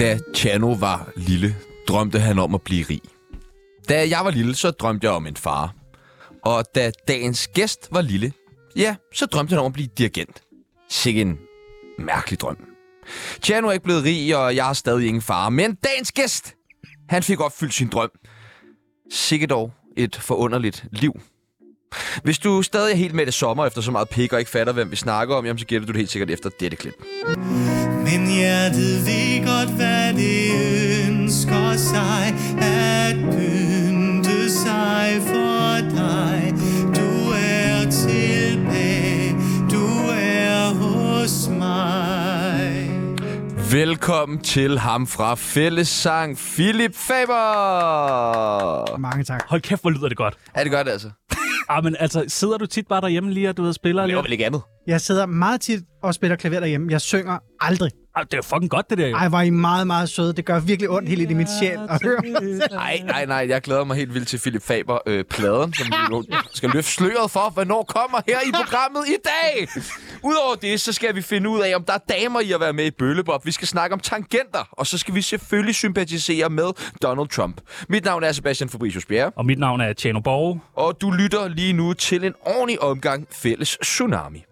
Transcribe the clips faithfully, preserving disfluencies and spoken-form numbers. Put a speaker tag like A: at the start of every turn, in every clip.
A: Da Tjano var lille, drømte han om at blive rig. Da jeg var lille, så drømte jeg om en far. Og da dagens gæst var lille, ja, så drømte han om at blive dirigent. Sikke en mærkelig drøm. Tjano er ikke blevet rig, og jeg har stadig ingen far. Men dagens gæst, han fik opfyldt sin drøm. Sikke dog et forunderligt liv. Hvis du stadig er helt med det sommer efter så meget pik og ikke fatter, hvem vi snakker om, jamen, så gætter du det helt sikkert efter dette klip.
B: Men hjertet ved godt, hvad det ønsker sig, at pynte sig for dig. Du er tilbage, du er hos mig.
A: Velkommen til ham fra Fællessang, Philip Faber.
C: Mange tak.
D: Hold kæft, hvor lyder det godt.
A: Er det godt, altså?
D: Ah, men altså, sidder du tit bare derhjemme lige, og du ved, spiller lidt?
A: Det var vel ikke andet.
C: Jeg sidder meget tit og spiller klaver derhjemme. Jeg synger aldrig.
D: Ah, det er jo fucking godt, det der jo.
C: Ej, var I meget, meget søde. Det gør virkelig ondt helt ind i mit sjæl at høre mig selv.
A: Nej, nej, nej. Jeg glæder mig helt vildt til Philip Faber-pladen, øh, som vi nu skal løfte sløret for, hvornår kommer her i programmet i dag. Udover det, så skal vi finde ud af, om der er damer i at være med i Bøllebop. Vi skal snakke om tangenter, og så skal vi selvfølgelig sympatisere med Donald Trump. Mit navn er Sebastian Fabricius Bjerre.
D: Og mit navn er Tjano Borge.
A: Og du lytter lige nu til en ordentlig omgang Fælles Tsunami.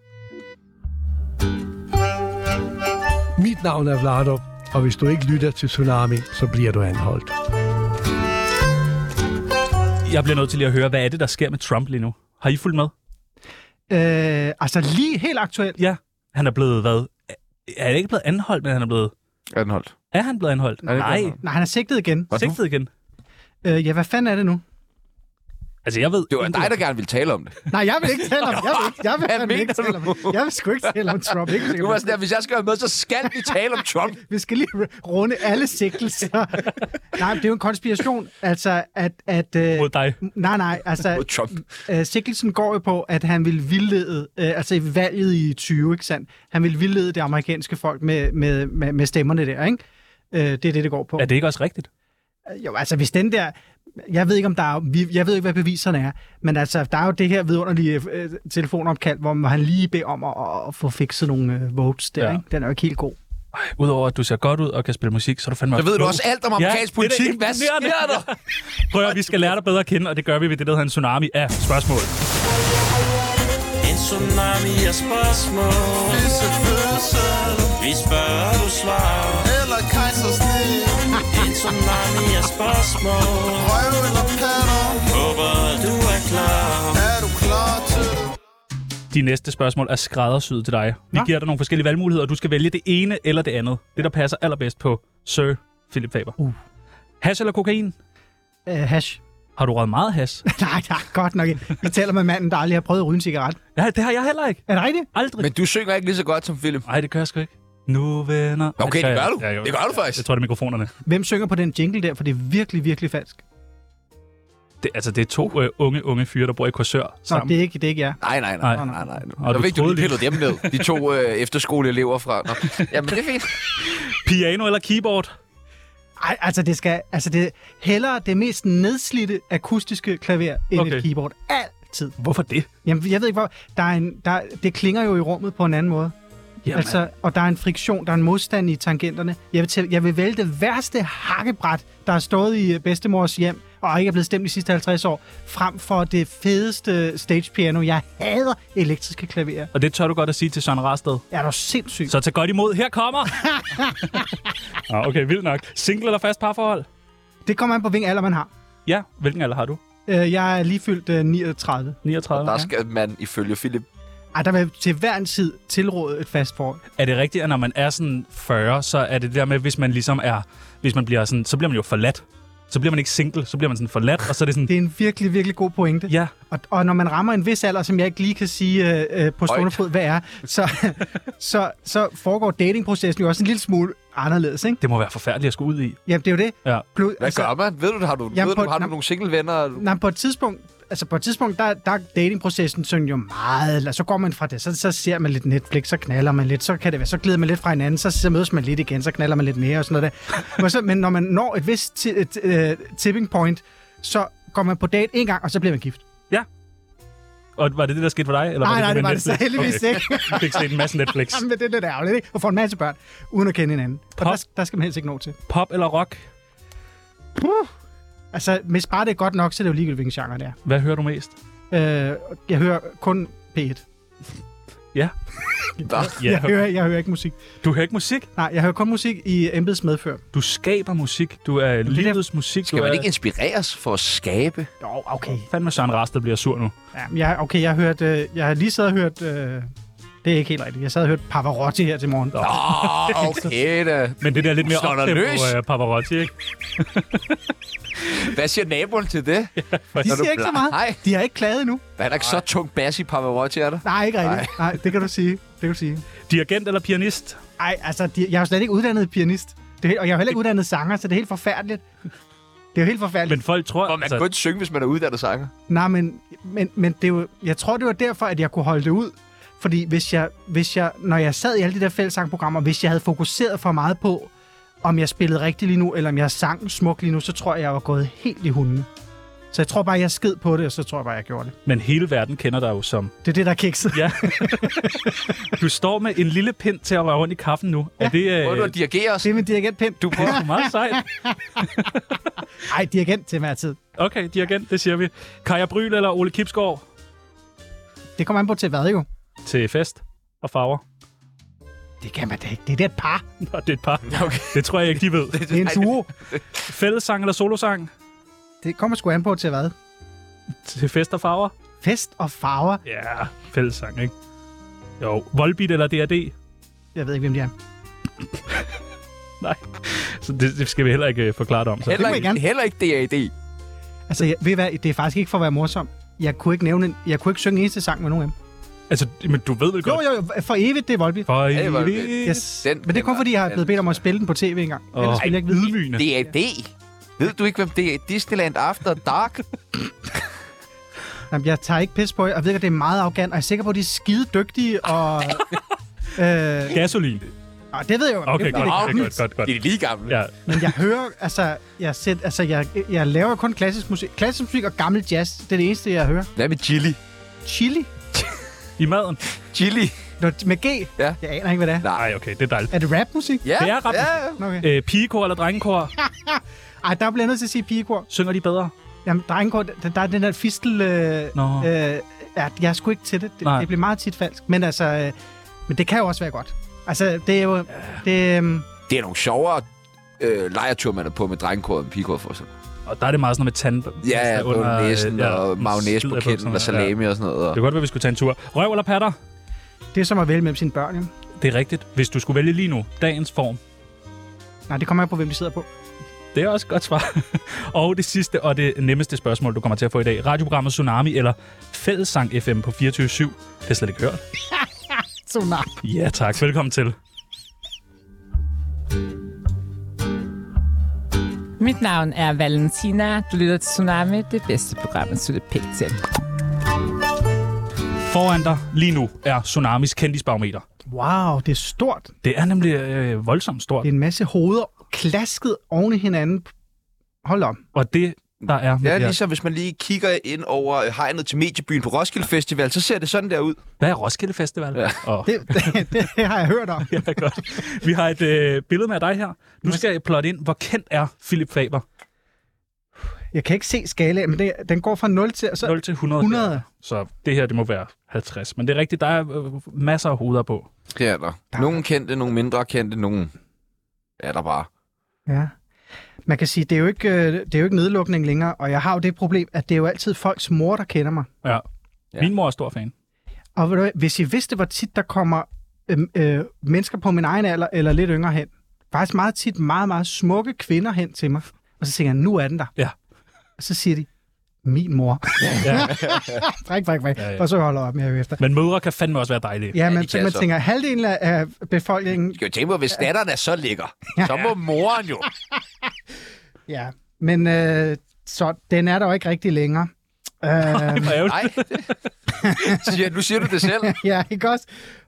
E: Mit navn er Vlado, og hvis du ikke lytter til Tsunami, så bliver du anholdt.
D: Jeg bliver nødt til lige at høre, hvad er det, der sker med Trump lige nu? Har I fulgt med?
C: Øh, altså lige helt aktuelt.
D: Ja, han er blevet hvad? Er det ikke blevet anholdt, men han er blevet...
A: Anholdt.
D: Er han blevet anholdt?
A: Nej.
D: Nej.
C: Nej, han er sigtet igen.
D: Sigtet igen.
C: Øh, ja, hvad fanden er det nu?
D: Altså, jeg ved...
A: Det var dig, der gerne ville tale om det.
C: Nej, jeg vil ikke tale om. Jeg vil ikke, jeg vil,
A: Hvad
C: jeg vil ikke
A: mener
C: tale om.
A: du?
C: Jeg vil sgu ikke tale om Trump. Ikke
A: Du var sådan der, hvis jeg skal være med, så skal vi tale om Trump.
C: Vi skal lige runde alle sigtelser. Nej, det er jo en konspiration. Altså, at... at øh,
D: Mod dig.
C: Nej, nej. Altså,
A: Mod Trump.
C: øh, sigtelsen går jo på, at han vil vildlede... Øh, altså, i valget i tyve, ikke sandt? Han vil vildlede det amerikanske folk med, med, med, med stemmerne der, ikke? Øh, det er det, det går på.
D: Er det ikke også rigtigt?
C: Jo, altså, hvis den der... Jeg ved ikke, om der er, jeg ved ikke, hvad beviserne er, men altså, der er jo det her vidunderlige øh, telefonopkald, hvor han lige beder om at, at få fikset nogle øh, votes der,
D: Ja.
C: ikke? Den er jo ikke helt god.
D: Ej, udover at du ser godt ud og kan spille musik, så er du fandme...
A: Så ved du også alt om amerikansk
D: Ja, det er
A: politik.
D: da
A: Hvad sker
D: imponerende.
A: der?
D: Prøv at vi skal lære dig bedre at kende, og det gør vi ved det, der hedder en tsunami af spørgsmål.
B: En tsunami af spørgsmål. Visse fødsel. Vi spørger, du svarer. Eller kejsersnit. En tsunami af spørgsmål. Røv eller patter. Håber, du er klar. Er du klar til det?
D: De næste spørgsmål er skræddersyet til dig. Vi
C: Nå.
D: giver dig nogle forskellige valgmuligheder, og du skal vælge det ene eller det andet. Det, der passer allerbedst på Sir Philip Faber.
C: Uh.
D: Hash eller kokain?
C: Uh, hash.
D: Har du røget meget hash?
C: nej, nej, godt nok ikke. Vi taler med manden, der aldrig har prøvet at ryge en cigaret.
D: Ja, det har jeg heller ikke.
C: Er det rigtigt?
D: Aldrig.
A: Men du synger ikke lige så godt som Philip.
D: Nej, det gør jeg sgu ikke. Nu venner...
A: Okay,
D: Ej,
A: det gør
D: jeg-
A: du.
D: Ja, jo.
A: Det gør du faktisk.
D: Jeg tror, det er mikrofonerne.
C: Hvem synger på den jingle der? For det er virkelig, virkelig falsk.
D: Det, altså, det er to øh, unge, unge fyre, der bor i Korsør
C: Nå,
D: sammen.
C: det er ikke, det er ikke jer.
A: Nej, nej,
D: Nej.
A: nej. nej, nej.
D: Og
A: Der
D: du
A: fik du
D: troede
A: lige pillet dem ned. De to øh, efterskoleelever fra... Nå. Jamen, det er fint.
D: Piano eller keyboard?
C: Ej, altså det skal, altså det hellere det mest nedslidte akustiske klaver end
D: Okay.
C: et keyboard. Altid.
D: Hvorfor det?
C: Jamen, jeg ved ikke, hvor... Der er en, der, det klinger jo i rummet på en anden måde.
D: Jamen,
C: Altså, og der er en friktion, der er en modstand i tangenterne. Jeg vil, tælle, jeg vil vælge det værste hakkebræt, der har stået i bedstemors hjem, og ikke er blevet stemt de sidste halvtreds år, frem for det fedeste stage piano. Jeg hader elektriske klaverer.
D: og det tør du godt at sige til Søren Rasted.
C: Er du sindssyg?
D: Så tag godt imod. Her kommer! ah, okay, vildt nok. Single eller fast parforhold?
C: Det kommer an på, hvilken alder man har.
D: Ja, hvilken alder har du?
C: Øh, Jeg er lige fyldt øh, niogtredive.
D: niogtredive?
A: Der skal man ifølge Philip...
C: Ej, der vil til hver en tid tilråde et fast forhold.
D: Er det rigtigt, at når man er sådan fyrre, så er det det der med, hvis man ligesom er... Hvis man bliver sådan... Så bliver man jo forladt. Så bliver man ikke single, så bliver man sådan forladt, og så er det sådan...
C: Det er en virkelig, virkelig god pointe.
D: Ja,
C: Og, og når man rammer en vis alder, som jeg ikke lige kan sige øh, øh, på stående
A: Højt.
C: fod, hvad er, så, så, så foregår datingprocessen jo også en lille smule anderledes, ikke?
D: det må være forfærdeligt at skulle ud i.
C: Jamen, det er jo det.
D: Ja.
C: Plus,
A: Hvad gør man? Ved du, har du,
C: Jamen,
A: ved du,
C: på-
A: har du
C: nå-
A: nogle single-venner?
C: nej, på et tidspunkt, altså på et tidspunkt, der, der er datingprocessen sådan jo meget, eller så går man fra det, så, så ser man lidt Netflix, så knaller man lidt, så kan det være, så glider man lidt fra hinanden, så, så mødes man lidt igen, så knaller man lidt mere og sådan noget der. Men, så, men når man når et vist ti- et, øh, tipping point, så går man på date en gang, og så bliver man gift.
D: Og var det det, der skete for dig? Eller
C: Nej,
D: var
C: nej,
D: det,
C: det
D: med
C: var det så
D: Netflix?
C: heldigvis ikke.
D: Du fik set en masse Netflix.
C: Jamen, det er lidt ærgerligt, ikke? Og få en masse børn, uden at kende hinanden. Og
D: Pop.
C: der, der skal man helst ikke nå til.
D: Pop eller rock?
C: Puh. Altså, hvis bare det er godt nok, så er det jo ligegyldigt, hvilken genre det er.
D: Hvad hører du mest?
C: Øh, jeg hører kun P et.
D: Ja.
A: Nå.
C: Jeg, hører, jeg hører ikke musik.
D: Du hører ikke musik?
C: Nej, jeg hører kun musik i embeds medfør.
D: Du skaber musik. Du er livets musik.
A: Skal
D: du
A: man
D: er...
A: ikke inspireres for at skabe?
C: Jo, okay.
D: Fandme Søren Rasted bliver sur nu.
C: Ja, jeg, okay, jeg har hørt... Øh, jeg har lige siddet og hørt... Øh, det er ikke helt rigtigt. Jeg sad og hørte Pavarotti her til morgen.
A: Åh, oh, okay da.
D: Men det der lidt mere
A: Slår dig
D: optempo
A: løs.
D: uh, Pavarotti, ikke?
A: Hvad siger naboen til det?
C: De
A: Når du
C: siger ikke så
A: bla-
C: meget.
A: Nej.
C: De har ikke klaget endnu.
A: Der er der ikke så tung bass i Pavarotti, er der?
C: Nej, ikke rigtigt. Nej, det kan du sige. Det kan du sige.
D: Dirigent eller pianist?
C: Nej, altså, de, jeg er jo slet ikke uddannet pianist. Det er, helt- og jeg er jo heller ikke uddannet sanger, så det er helt forfærdeligt. Det er jo helt forfærdeligt.
D: Men folk tror...
A: Og man kan kun synge, hvis man er uddannet sanger.
C: Nej, men, men, men det er jo, jeg tror, det var derfor, at jeg kunne holde det ud. Fordi hvis jeg, hvis jeg, når jeg sad i alle de der fællessangprogrammer, hvis jeg havde fokuseret for meget på, om jeg spillede rigtigt lige nu, eller om jeg sang smukt lige nu, så tror jeg, jeg var gået helt i hunden. Så jeg tror bare, jeg sked på det, og så tror jeg bare, jeg gjorde det.
D: Men hele verden kender dig jo som...
C: Det er det, der er kikset.
D: Ja. Du står med en lille pind til at røre rundt i kaffen nu. Ja. Er det...
A: Prøver du
D: Øh...
A: at dirigere os?
C: Det er min dirigentpind.
A: Du prøver.
D: Det er meget sejt.
C: Ej, dirigent til hver tid.
D: Okay, dirigent, det siger vi. Kaja Bryl eller Ole Kipsgaard
C: Det kommer an på til hvad jo.
D: til fest og farver?
C: Det kan man da ikke. Det er da et par.
D: Nå, det er et par.
A: Okay.
D: Det tror jeg ikke, de ved.
C: Det er en duo.
D: Fællessang eller solosang
C: Det kommer sgu an på til hvad.
D: til fest og farver?
C: Fest og farver.
D: Ja, fællessang, ikke? Jo, Volbeat eller D R D?
C: Jeg ved ikke, hvem de er.
D: Nej, så det, det skal vi heller ikke uh, forklare dig om. Så.
A: Heller
C: må I
A: ikke,
C: gerne.
A: heller ikke D A D.
C: Altså, jeg, ved I hvad? Det er faktisk ikke for at være morsom. Jeg kunne ikke nævne en, jeg kunne ikke synge en eneste sang med nogen af dem.
D: Altså, men du ved vel
C: Jo,
D: godt...
C: jo, jo. For evigt, det er Volbeat.
D: For
A: Ja, det var
D: evigt.
C: Yes.
A: Den
C: Men det er kun fordi, jeg har blevet bedt om at spille den på tv engang.
D: Åh,
C: Ellers ville jeg ikke vide.
D: ydmygende.
A: D A D. Ved du ikke, hvem det er? Disneyland After Dark.
C: Jamen, jeg tager ikke pis på jer. Jeg ved ikke, det er meget arrogant. Og jeg er sikker på, at de er skide dygtige. Og, øh,
D: Gasolin.
C: og det ved jeg jo.
D: Okay,
C: det,
D: godt,
C: det,
D: okay, godt, godt, godt.
A: De er lige gamle.
D: Ja,
C: Men jeg hører, altså, jeg, sæt, altså jeg, jeg laver kun klassisk musik. Klassisk musik og gammel jazz. Det er det eneste, jeg hører.
A: Hvad med chili?
C: Chili?
D: i maden.
A: Chili.
C: Nå, med G?
A: Ja.
C: Jeg aner ikke, hvad det er.
D: Nej, okay, det er dejligt.
C: Er det rapmusik?
A: Ja,
D: Det er rap.
A: ja.
C: Okay.
D: Øh, pigekor eller drengekor?
C: Ej, der bliver jeg nødt til at sige pigekor.
D: Synger de bedre?
C: Jamen, drengekor, der, der er den der fistel... Øh,
D: Nå.
C: øh, ja, jeg er sgu ikke til det. Det,
D: Nej.
C: det bliver meget tit falsk. Men altså, øh, men det kan jo også være godt. Altså, det er jo... Det, øh,
A: Det er nogle sjovere øh, lejertur, man er på med drengekåret og pigekåret for sig.
D: Og der er det meget sådan noget med tand...
A: Ja, ja, på
D: under,
A: næsen
D: ja,
A: og mayonnaise
D: skid
A: på
D: af
A: kinden
D: bukserne,
A: og salami og sådan noget.
D: Ja.
A: Og...
D: Det kunne godt være, vi skulle tage en tur. Røv eller patter?
C: det er som at vælge mellem sine børn, jo.
D: Det er rigtigt. Hvis du skulle vælge lige nu, dagens form.
C: Nej, det kommer an på, hvem de sidder på.
D: Det er også et godt svar. Og det sidste og det nemmeste spørgsmål, du kommer til at få i dag. Radioprogrammet Tsunami eller Fællessang F M på fireogtyve syv. Det er slet ikke hørt.
C: Tsunami.
D: Ja, tak. Velkommen til.
F: Mit navn er Valentina. Du lytter til Tsunami, det bedste program, at slutte pænt til.
D: Foran dig lige nu er Tsunamis kendisbarometer.
C: Wow, det er stort.
D: Det er nemlig øh, voldsomt stort.
C: Det er en masse hoveder klasket oven i hinanden. Hold om.
D: Og det, der er...
A: Ja, ligesom hvis man lige kigger ind over hegnet til Mediebyen på Roskilde Festival, så ser det sådan der ud.
D: Hvad er Roskilde Festival?
A: Ja.
D: Oh.
C: Det, det, det har jeg hørt om.
D: Ja, godt. Vi har et øh, billede med dig her. Nu skal jeg plotte ind, hvor kendt er Philip Faber?
C: Jeg kan ikke se skalaen, men det, den går fra nul til... Så,
D: nul til hundrede.
C: hundrede.
D: Så det her, det må være halvtreds. Men det er rigtigt, der er øh, masser af hoveder på.
A: Det er der. Nogle kendte, nogle mindre kendte, nogle er der bare.
C: Ja. Man kan sige, det er, jo ikke, øh, det er jo ikke nedlukning længere, og jeg har jo det problem, at det er jo altid folks mor, der kender mig.
D: Ja.
A: Ja.
D: Min mor er stor fan.
C: Og ved du hvad, hvis I vidste, hvor tit der kommer øh, øh, mennesker på min egen alder, eller lidt yngre hen, faktisk meget tit meget, meget smukke kvinder hen til mig, og så tænker jeg, nu er den der.
D: Ja.
C: Og så siger de, min mor.
D: Ja.
C: Fræk, fræk, fræk.
D: Ja, ja.
C: Og så holder jeg op med at høre efter.
D: Men mødre kan fandme også være dejlige.
C: Ja,
A: Ja,
C: men
A: de
C: så
A: kan
C: man
A: så.
C: tænker, halvdelen af af befolkningen...
A: Skal jo tænke på, hvis datteren er så lækker, så må moren jo.
C: Ja, men øh, så den er der jo ikke rigtig længere. Øhm,
D: Hvor ærgerligt.
A: Nej, siger, nu siger du det selv.
C: ja, ikke også?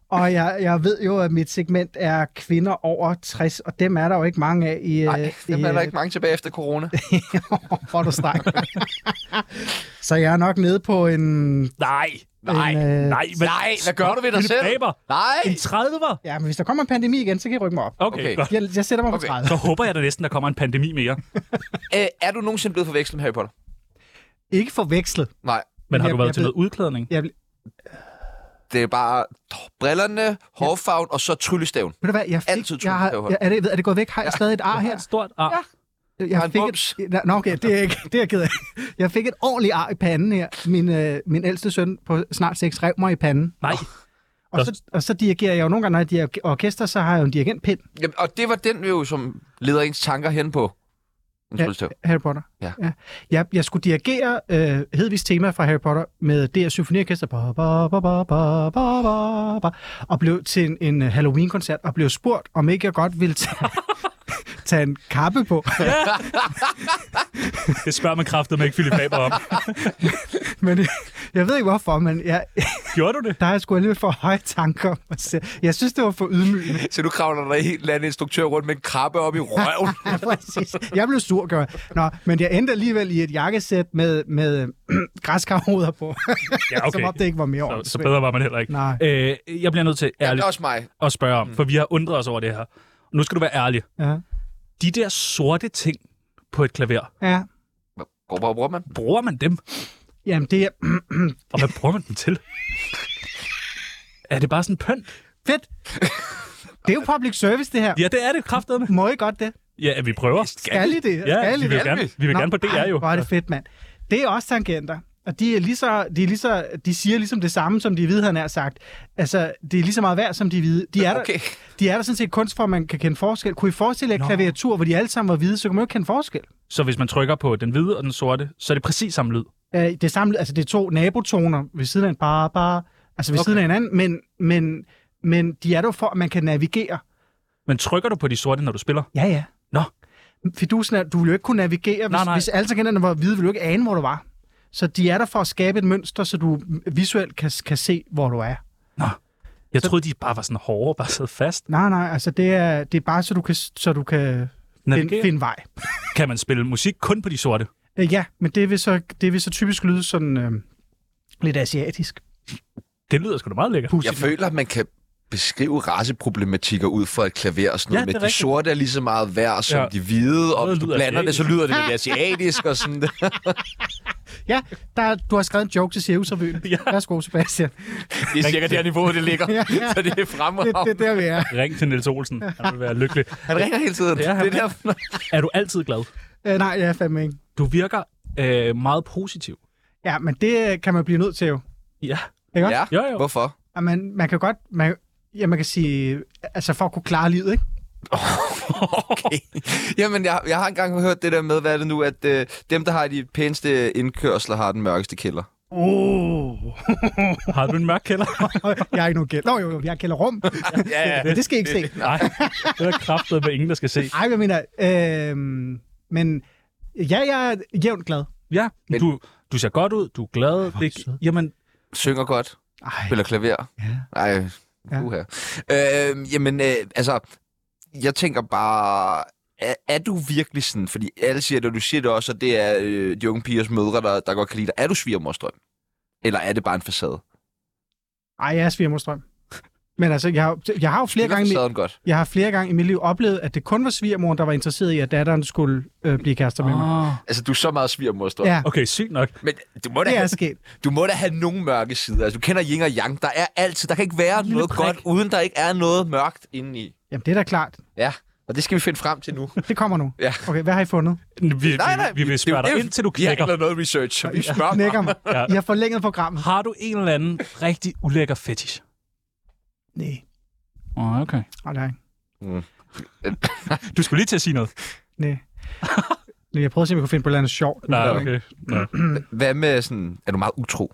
C: Og jeg, jeg ved jo, at mit segment er kvinder over tres, og dem er der jo ikke mange af i...
A: Nej, dem
C: i,
A: er der ikke mange tilbage efter corona.
C: Hvor du streng. Så jeg er nok nede på en...
D: Nej, nej,
C: En, øh,
D: nej. Hvad,
A: Nej, hvad gør du ved dig
D: Philip
A: selv?
D: Faber,
A: Nej!
D: en tredver?
C: Ja, men hvis der kommer en pandemi igen, så kan jeg rykke mig op.
D: Okay,
A: Okay.
D: godt.
C: Jeg, jeg sætter mig på
A: Okay.
C: tredive.
D: Så håber jeg da næsten, der kommer en pandemi mere.
A: Æ, er du nogensinde blevet forvekslet med Harry Potter?
C: Ikke forvekslet.
A: Nej.
D: Men har
C: Jeg-
D: du været
C: jeg
D: til
C: ved-
D: noget udklædning?
C: Jeg, ved
A: Det er bare brillerne, hårfarven og så tryllestaven.
C: du hvad, jeg fik...
A: Altid
C: jeg har,
A: tryllestavhold.
C: jeg, er, det, er det gået væk? Har jeg stadig et ar her?
D: Et stort ar.
C: Jeg,
A: har en
C: fik
A: bums.
C: et, Nå, okay, det er, ikke, det er jeg ked af. Jeg fik et ordentligt ar i panden her. Min, øh, min ældste søn på snart seks rev mig i panden.
D: Nej.
C: Og så, og så dirigerer jeg jo nogle gange, når jeg dirigerer orkester, så har jeg jo en dirigentpind.
A: Jamen, og det var den jo, som leder ens tanker hen på en
C: Ja.
A: tryllestav.
C: Harry Potter.
A: Ja.
C: ja. Jeg, jeg skulle dirigere øh, Hedvigs tema fra Harry Potter med D R Symfoniorkester ba, ba, ba, ba, ba, ba, ba, ba, og blev til en, en Halloween-koncert og blev spurgt, om ikke jeg godt ville tage, tage en kappe på.
D: Det spørger man kraftet med ikke Philip Faber om.
C: Men jeg ved ikke hvorfor, men jeg,
D: Gjorde du det?
C: der er jeg sgu alligevel for høje tanker om mig selv. Jeg synes, det var for ydmygende.
A: Så du kravler der en helt anden instruktør rundt med en krabbe op i røven.
C: Ja, præcis. Jeg blev sur, gør jeg. Nå, men jeg endte alligevel i et jakkesæt med, med græskarhoveder på.
D: Ja, okay.
C: Som om det ikke var mere
D: Så,
C: ordentligt.
D: så bedre var man heller ikke.
C: Nej.
D: Øh, jeg bliver nødt til
A: Ja, det
D: ærligt
A: er også mig.
D: at spørge om, for vi har undret os over det her. Nu skal du være ærlig.
C: Ja.
D: De der sorte ting på et klaver,
C: Ja.
A: Hvor, hvor bruger man?
D: bruger man dem?
C: Jamen, det er
D: Og hvad bruger man dem til? Er det bare sådan pynt?
C: fedt. Det er jo public service, det her.
D: Ja, det er det kraftedeme.
C: Må I godt det?
D: Ja, vi prøver.
C: Skal I det?
D: Ja,
C: Skal I
D: vi vil
C: det?
D: gerne, vi vil
C: Nå,
D: gerne på D R
C: ej,
D: jo.
C: Hvor er det fedt, mand. Det er også tangenter. Og de er lige så, de er lige så, de siger ligesom det samme, som de hvide, han har sagt. Altså, det er lige så meget værd, som de hvide. De er,
A: Okay.
C: der, de er der sådan set kunst for, at man kan kende forskel. Kunne I forestille jer
D: Nå.
C: klaviatur, hvor de alle sammen var hvide, så kan man jo ikke kende forskel.
D: Så hvis man trykker på den hvide og den sorte, så er det præcis samme lyd.
C: Uh, det er samlet, altså det er to nabotoner ved siden af en bare, bare, altså ved okay. siden af hinanden, men, men, men de er der for, at man kan navigere.
D: Men trykker du på de sorte, når du spiller?
C: Ja, ja.
D: Nå.
C: Fidusen er, du ville jo ikke kunne navigere, hvis,
D: Nej, nej.
C: hvis alle tangenterne var hvide, ville du ikke ane, hvor du var. Så de er der for at skabe et mønster, så du visuelt kan, kan se, hvor du er.
D: Nå. Jeg
C: Så-
D: troede, de bare var sådan hårde og bare sad fast.
C: Nej, nej, altså det er, det er bare, så du kan, så du kan finde,
D: Navigere.
C: finde vej.
D: Kan man spille musik kun på de sorte?
C: Øh, Ja, men det vil så, det vil så typisk lyde sådan øh, lidt asiatisk.
D: Det lyder sgu da meget lækkert.
C: Pudsigt.
A: Jeg føler, at man kan beskrive raceproblematikker ud fra et klaver og sådan
D: Ja,
A: noget.
D: det er
A: Men de
D: rigtigt.
A: sorte er lige så meget værd som
D: Ja.
A: de hvide, og
D: Noget
A: hvis du
D: lyder
A: blander det, så
D: asiatisk.
A: lyder det lidt asiatisk og sådan.
C: Ja, der, du har skrevet en joke til Cirkusrevyen.
D: Ja.
C: Værsgo, Sebastian.
A: Det er cirka der niveau, det ligger.
C: Ja, ja.
A: Så det er
C: Det,
A: fremragende.
C: det er der, vi er.
D: Ring til Niels Olsen. Han vil være lykkelig.
A: Han ringer hele tiden.
D: Ja, han
A: det er der.
D: Er du altid glad?
C: Øh, nej, jeg er fandme ikke.
D: Du virker øh, meget positiv.
C: Ja, men det kan man blive nødt til jo.
D: Ja.
C: Ikke også?
A: Ja,
D: Jo, jo.
A: hvorfor?
C: Ja, man, man kan godt... Man, ja, man kan sige... Altså, for at kunne klare livet, ikke?
A: Okay. Jamen, jeg, jeg har engang hørt det der med, hvad er det nu, at øh, dem, der har de pæneste indkørsler, har den mørkeste kælder.
C: Oh.
D: Har du en mørk kælder?
C: Jeg har ikke nogen kælder. Nå, jo, jo, jeg har kælderrum.
A: Ja, ja.
C: Men det skal I ikke se.
D: Nej, det er kraftet med ingen, der skal se.
C: Ej, hvad mener jeg? Øhm, men ja, jeg er jævnt glad.
D: Ja,
A: Men-
D: du, du ser godt ud, du er glad.
C: hvor
D: Det,
C: sød.
D: jamen,
A: Synger godt.
C: Ej,
A: Spiller klaver.
C: ja.
A: Ej,
C: Ja.
A: uha. Øh, jamen, øh, altså, jeg tænker bare, er, er du virkelig sådan, fordi alle siger det, og du siger det også, og det er øh, de unge pigers mødre, der, der godt kan lide dig. Er du svigermorsdrøm? Eller er det bare en facade?
C: Ej, jeg er svigermorstrøm. Men altså, jeg har, jeg har jo flere
A: Spiller
C: gange, i mit-
A: facaden godt?
C: jeg har flere gange i mit liv oplevet, at det kun var svigermoren, der var interesseret i, at datteren skulle øh, blive kærester med mig.
D: oh.
A: Altså, du er så meget svigermorsdrøm.
C: Ja,
D: Okay, sygt nok.
A: Men du må, da
C: det er
A: have,
C: sket.
A: du må da have nogle mørke sider. Altså, du kender yin og yang. Der er altid, der kan ikke være
D: lille
A: noget
D: prik.
A: godt, uden der ikke er noget mørkt indeni.
C: Jamen, det er da klart.
A: Ja, og det skal vi finde frem til nu.
C: Det kommer nu.
A: Ja.
C: Okay, hvad har I fundet?
D: Vi, vi,
A: Nej, nej,
D: vi vil
A: det er
D: spørge
A: jo
D: dig
A: det.
D: ind, til du
A: Vi har ikke
D: knækker.
A: lavet noget research, så vi spørger
C: Knækker mig.
D: Ja.
C: I har forlænget programmet.
D: Har du en eller anden rigtig ulækker fetish?
C: Nej,
D: Oh, okay.
C: nej, nej.
D: Du skulle lige til at sige noget.
C: Nej. Jeg prøvede at se, om jeg kunne finde på et eller andet sjovt.
D: Nej, okay. Nej.
A: Hvad med sådan, er du meget utro?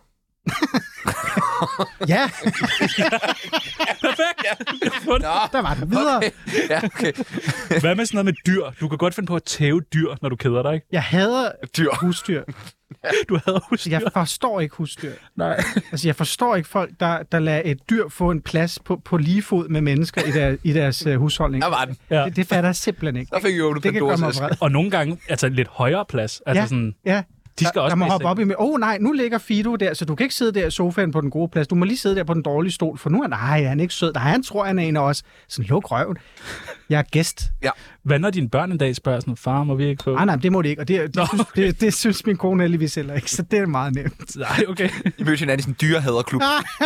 C: Ja,
D: Perfekt!
A: Nå,
C: der var den videre.
A: okay. Ja, okay.
D: Hvad med sådan noget med dyr? Du kan godt finde på at tæve dyr, når du keder dig, ikke?
C: Jeg hader
A: Dyr.
C: husdyr.
D: Du havde husdyr.
C: Jeg forstår ikke husdyr.
D: Nej.
C: Altså, jeg forstår ikke folk, der, der lader et dyr få en plads på, på lige fod med mennesker i, der, i deres uh, husholdning.
A: Der var den.
D: Ja.
C: Det, det fatter jeg simpelthen ikke.
A: Der fik jeg åbnet
C: Det kan gøre mig
A: Pandoras
C: vred.
A: æske.
D: Og nogle gange, altså lidt højere plads. Altså
C: Ja,
D: sådan,
C: ja.
D: de skal
C: der,
D: også
C: der må
D: passe
C: hoppe op i med. Åh oh, nej, nu ligger Fido der, så du kan ikke sidde der i sofaen på den gode plads. Du må lige sidde der på den dårlige stol, for nu er nej, han er ikke sød. Nej, han tror, han er en af os. Sådan, luk røven. Jeg er gæst.
D: Hvad når dine børn en dag spørger sådan, far, må vi ikke få?
C: Nej, nej, det må det ikke. Og det, det, synes, det, det synes min kone heldigvis heller ikke, så det er meget nemt.
D: Nej, okay.
A: I mødte hinanden i sådan en dyrehaderklub.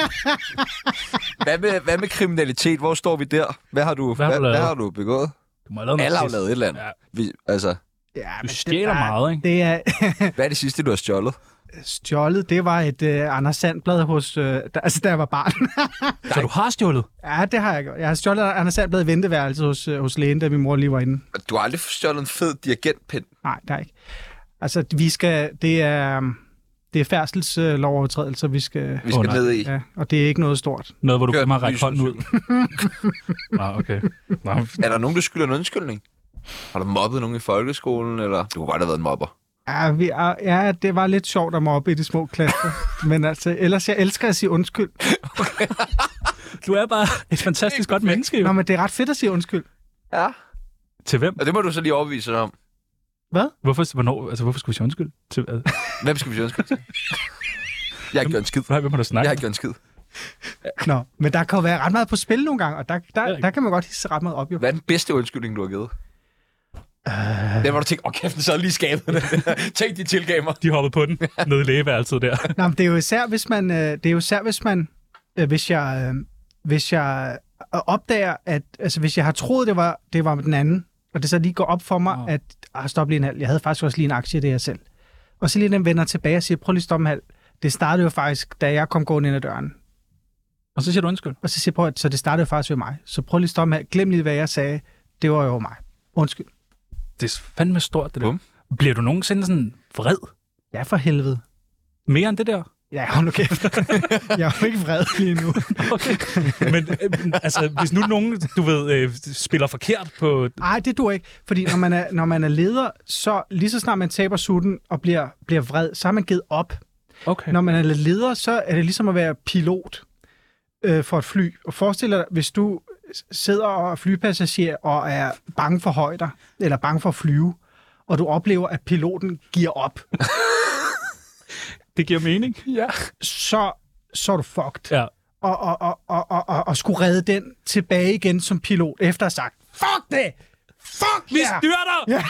A: hvad, med, hvad med kriminalitet? Hvor står vi der? Hvad har du,
D: Hvad har du
A: hvad,
D: lavet?
A: hvad har du begået?
D: Du må have lavet
A: Alle
D: noget
A: har
D: pis.
A: lavet et eller andet.
D: Ja.
A: Vi, altså,
C: Ja,
D: Du
C: men
D: stjæler
C: det er-
D: meget, ikke?
C: Det er
A: hvad er det sidste, du har stjålet?
C: stjålet. Det var et uh, Anders Sandblad hos... Uh, der, altså, da jeg var barn.
D: Så du har stjålet?
C: Ja, det har jeg gjort. Jeg har stjålet Anders Sandblad i venteværelset hos, uh, hos lægen, da min mor lige var inde.
A: Du har aldrig stjålet en fed dirigentpind.
C: Nej, det er ikke. Altså, vi skal... Det er... um, Det er færdselslovovertrædelser, vi skal...
A: Vi skal
D: Åh, nej.
A: ned i.
C: Ja, og det er ikke noget stort.
D: Noget, hvor du
A: Kør
D: kan mig
A: den
D: række
A: lyse
D: hånden ud? Nå, okay. Nå,
A: Er der nogen, der skylder en undskyldning? Har du mobbet nogen i folkeskolen, eller? Du kunne godt have været en mobber.
C: Ja, vi er, ja, det var lidt sjovt at mobbe i de små klasser. Men altså, ellers jeg elsker at sige undskyld.
D: du er bare et fantastisk godt menneske, jo.
C: Nå, men det er ret fedt at sige undskyld.
A: Ja.
D: Til hvem?
A: Og det må du så lige overbevise dig om.
C: Hvad?
D: Hvorfor, hvornår, altså, hvorfor skulle vi sige undskyld? Til hvad?
A: Hvem skal vi sige undskyld til? Jeg har ikke gjort en skid.
D: Nej, hvem har du snakket?
A: Jeg har ikke gjort en skid.
C: Nå, men der kan jo være ret meget på spil nogle gange, og der, der,
D: Ja.
C: der kan man godt hisse ret meget op, jo.
A: Hvad er den bedste undskyldning, du har givet?
C: Uh...
A: Den var du tænkt, åh oh, kæft, den sad lige skabet. Tænk, de tilgav mig.
D: De hoppede på den nede i lægeværelset der.
C: Nå, men det er jo især, hvis man... Øh, det er jo især, hvis man... Øh, hvis jeg... Øh, hvis jeg øh, opdager, at... Altså, hvis jeg har troet, det var, det var den anden, og det så lige går op for mig,
D: Nå.
C: at... Ah, stop lige en halv. Jeg havde faktisk også lige en aktie i det, jeg selv. Og så lige den vender tilbage og siger, prøv lige at stoppe en halv. Det startede jo faktisk, da jeg kom gående ind ad døren.
D: Og så siger du undskyld.
C: Og så siger jeg, prøv, at- så det startede jo faktisk ved mig. Så prøv lige at stoppe en halv. Glem lige, hvad jeg sagde. Det var jo mig. Undskyld.
D: Det er fandme stort, det der.
A: Bum.
D: Bliver du nogensinde sådan vred?
C: Ja, for helvede.
D: Mere end det der?
C: Ja, hold nu kæft. Jeg er jo ikke vred lige nu.
D: Okay. Men øh, altså, hvis nu nogen, du ved, øh, spiller forkert på...
C: Nej, det dur ikke. Fordi når man, er, når man er leder, så lige så snart man taber sutten og bliver, bliver vred, så har man givet op.
D: Okay.
C: Når man er leder, så er det ligesom at være pilot øh, for et fly. Og forestil dig, hvis du sidder og er flypassager og er bange for højder, eller bange for at flyve, og du oplever, at piloten giver op,
D: Det giver mening. Ja.
C: så, så er du fucked.
D: Ja.
C: Og, og, og, og, og, og, og skulle redde den tilbage igen som pilot, efter at have sagt, fuck det! Fuck
D: Vi
C: yeah!
D: styrter!
C: Ja.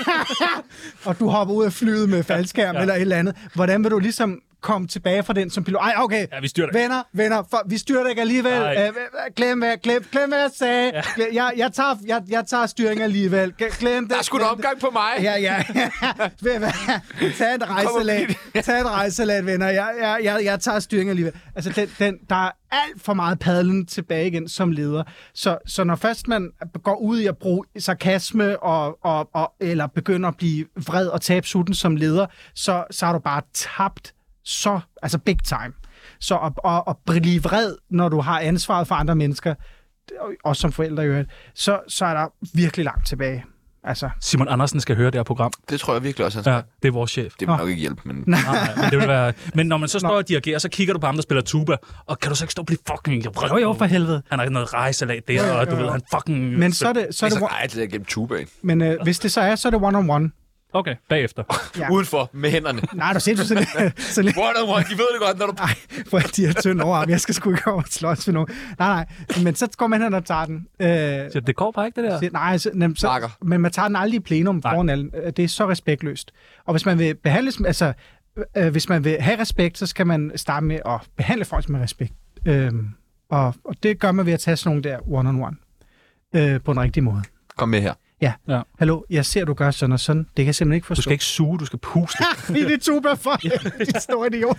C: Og du hopper ud af flyet med faldskærm
D: Ja.
C: ja. eller et eller andet. Hvordan vil du ligesom komme tilbage fra den som pilot? Ej, okay.
D: Ja, vi styrter.
C: Venner, venner, for, vi styrter ikke alligevel.
D: Nej.
C: Uh, glem, hvad, glem, glem, hvad jeg sagde.
D: Ja.
C: Glem, jeg, jeg, tager, jeg, jeg tager styring alligevel. G- Glem det.
A: Der er sgu da
C: glem
A: opgang på mig.
C: det. Ja, ja. Ved I hvad? Tag et rejselat. Tag et rejselat, venner. Jeg, jeg, jeg, jeg tager styring alligevel. Altså, den, den, der er alt for meget padlen tilbage igen som leder. Så, så når først man går ud i at bruge sarkasme og, og, og, eller begynder at blive vred og tabe sutten som leder, så, så har du bare tabt så, altså big time. Så at, at, at blive vred, når du har ansvaret for andre mennesker, også som forældre i øvrigt, så, så er der virkelig langt tilbage. Altså,
D: Simon Andersen skal høre det her program.
A: Det tror jeg virkelig også, han skal.
D: Ja, det er vores chef.
A: Det vil nok ikke hjælpe, men...
D: Nej, nej, men, det vil være... men når man så står og dirigerer, så kigger du på ham, der spiller tuba, og kan du så ikke stå og blive fucking vred?
C: jo jo, for helvede.
D: Han har noget rejselat der,
C: Jo, jo,
D: og du
C: jo, jo.
D: ved, han fucking...
C: Men så er det, så er
A: Det
C: det,
A: er så ej, det der gennem tubaen.
C: men øh, hvis det så er, så er det one-on-one.
D: Okay, bagefter.
C: Ja.
A: Udenfor, med hænderne.
C: Nej, du ser du sådan lidt... Så lidt
A: One on one, de ved det godt, når du...
C: nej, for de har tynd overarm. Jeg skal sgu ikke over og slås med nogen. Nej, nej. Men så går man hen og tager den. Øh,
D: Så det går bare ikke, det der.
C: siger, nej, så, nem, så,
A: Snakker.
C: men man tager den aldrig i plenum
D: Nej.
C: foran alle. Øh, Det er så respektløst. Og hvis man vil behandles... Altså, øh, hvis man vil have respekt, så skal man starte med at behandle folk med respekt. Øh, og, og det gør man ved at tage sådan nogle der one-on-one. Øh, på en rigtig måde.
A: Kom med her.
C: Ja.
D: Ja.
C: Hallo, jeg ser, du gør sådan og sådan. Det kan jeg simpelthen ikke forstå.
D: Du skal ikke suge, du skal puste.
C: I det tuba for de store idiot.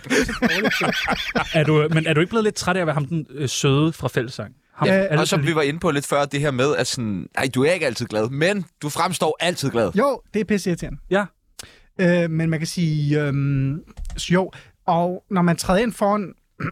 D: er du, men er du ikke blevet lidt træt af at være ham den øh, søde fra fællessang? Ham,
C: Ja,
D: alle
A: Og som
D: kan
A: vi var inde på lidt før, det her med, at sådan... Nej, du er ikke altid glad, men du fremstår altid glad.
C: Jo, det er pisse irriterende.
D: Ja.
C: Øh, men man kan sige, øhm, jo, og når man træder ind foran...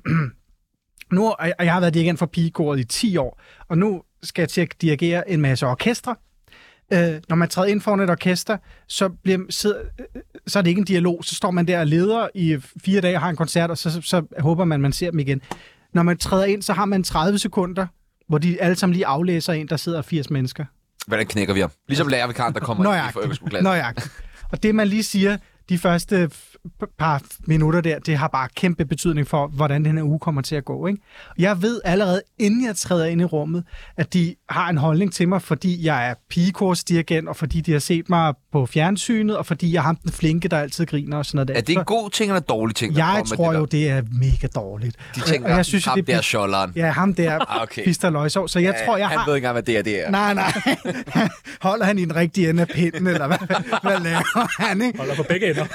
C: nu, og jeg har været dirigent for pigekoret i ti år, og nu skal jeg til at dirigere en masse orkestre. Øh, når man træder ind foran et orkester, så bliver, sidder, så er det ikke en dialog. Så står man der og leder i fire dage og har en koncert, og så, så, så håber man, man ser dem igen. Når man træder ind, så har man tredive sekunder, hvor de alle sammen lige aflæser en, der sidder firs mennesker.
A: Hvordan knækker vi ham? Ligesom lærervikaren, der kommer ind i folkeskoleklassen.
C: Nøjagtigt. Og det, man lige siger, de første par minutter der, det har bare kæmpe betydning for, hvordan den her uge kommer til at gå. Ikke? Jeg ved allerede, inden jeg træder ind i rummet, at de har en holdning til mig, fordi jeg er pigekorsdirigent, og fordi de har set mig på fjernsynet, og fordi jeg har den flinke, der altid griner og sådan noget der.
A: Er det en god ting eller en dårlig ting?
C: Jeg tror det jo, det er mega dårligt.
A: De tænker,
C: og jeg synes,
A: ham
C: det
A: der sjolleren.
C: Ja, ham der
A: okay.
C: Pister Løjsov. Så jeg
A: ja,
C: tror, jeg
A: han
C: har...
A: ved ikke engang, hvad det er, det er.
C: Nej, nej. Holder han i den rigtige ende af pinden, eller hvad, hvad laver han, ikke?
D: Holder på begge ender.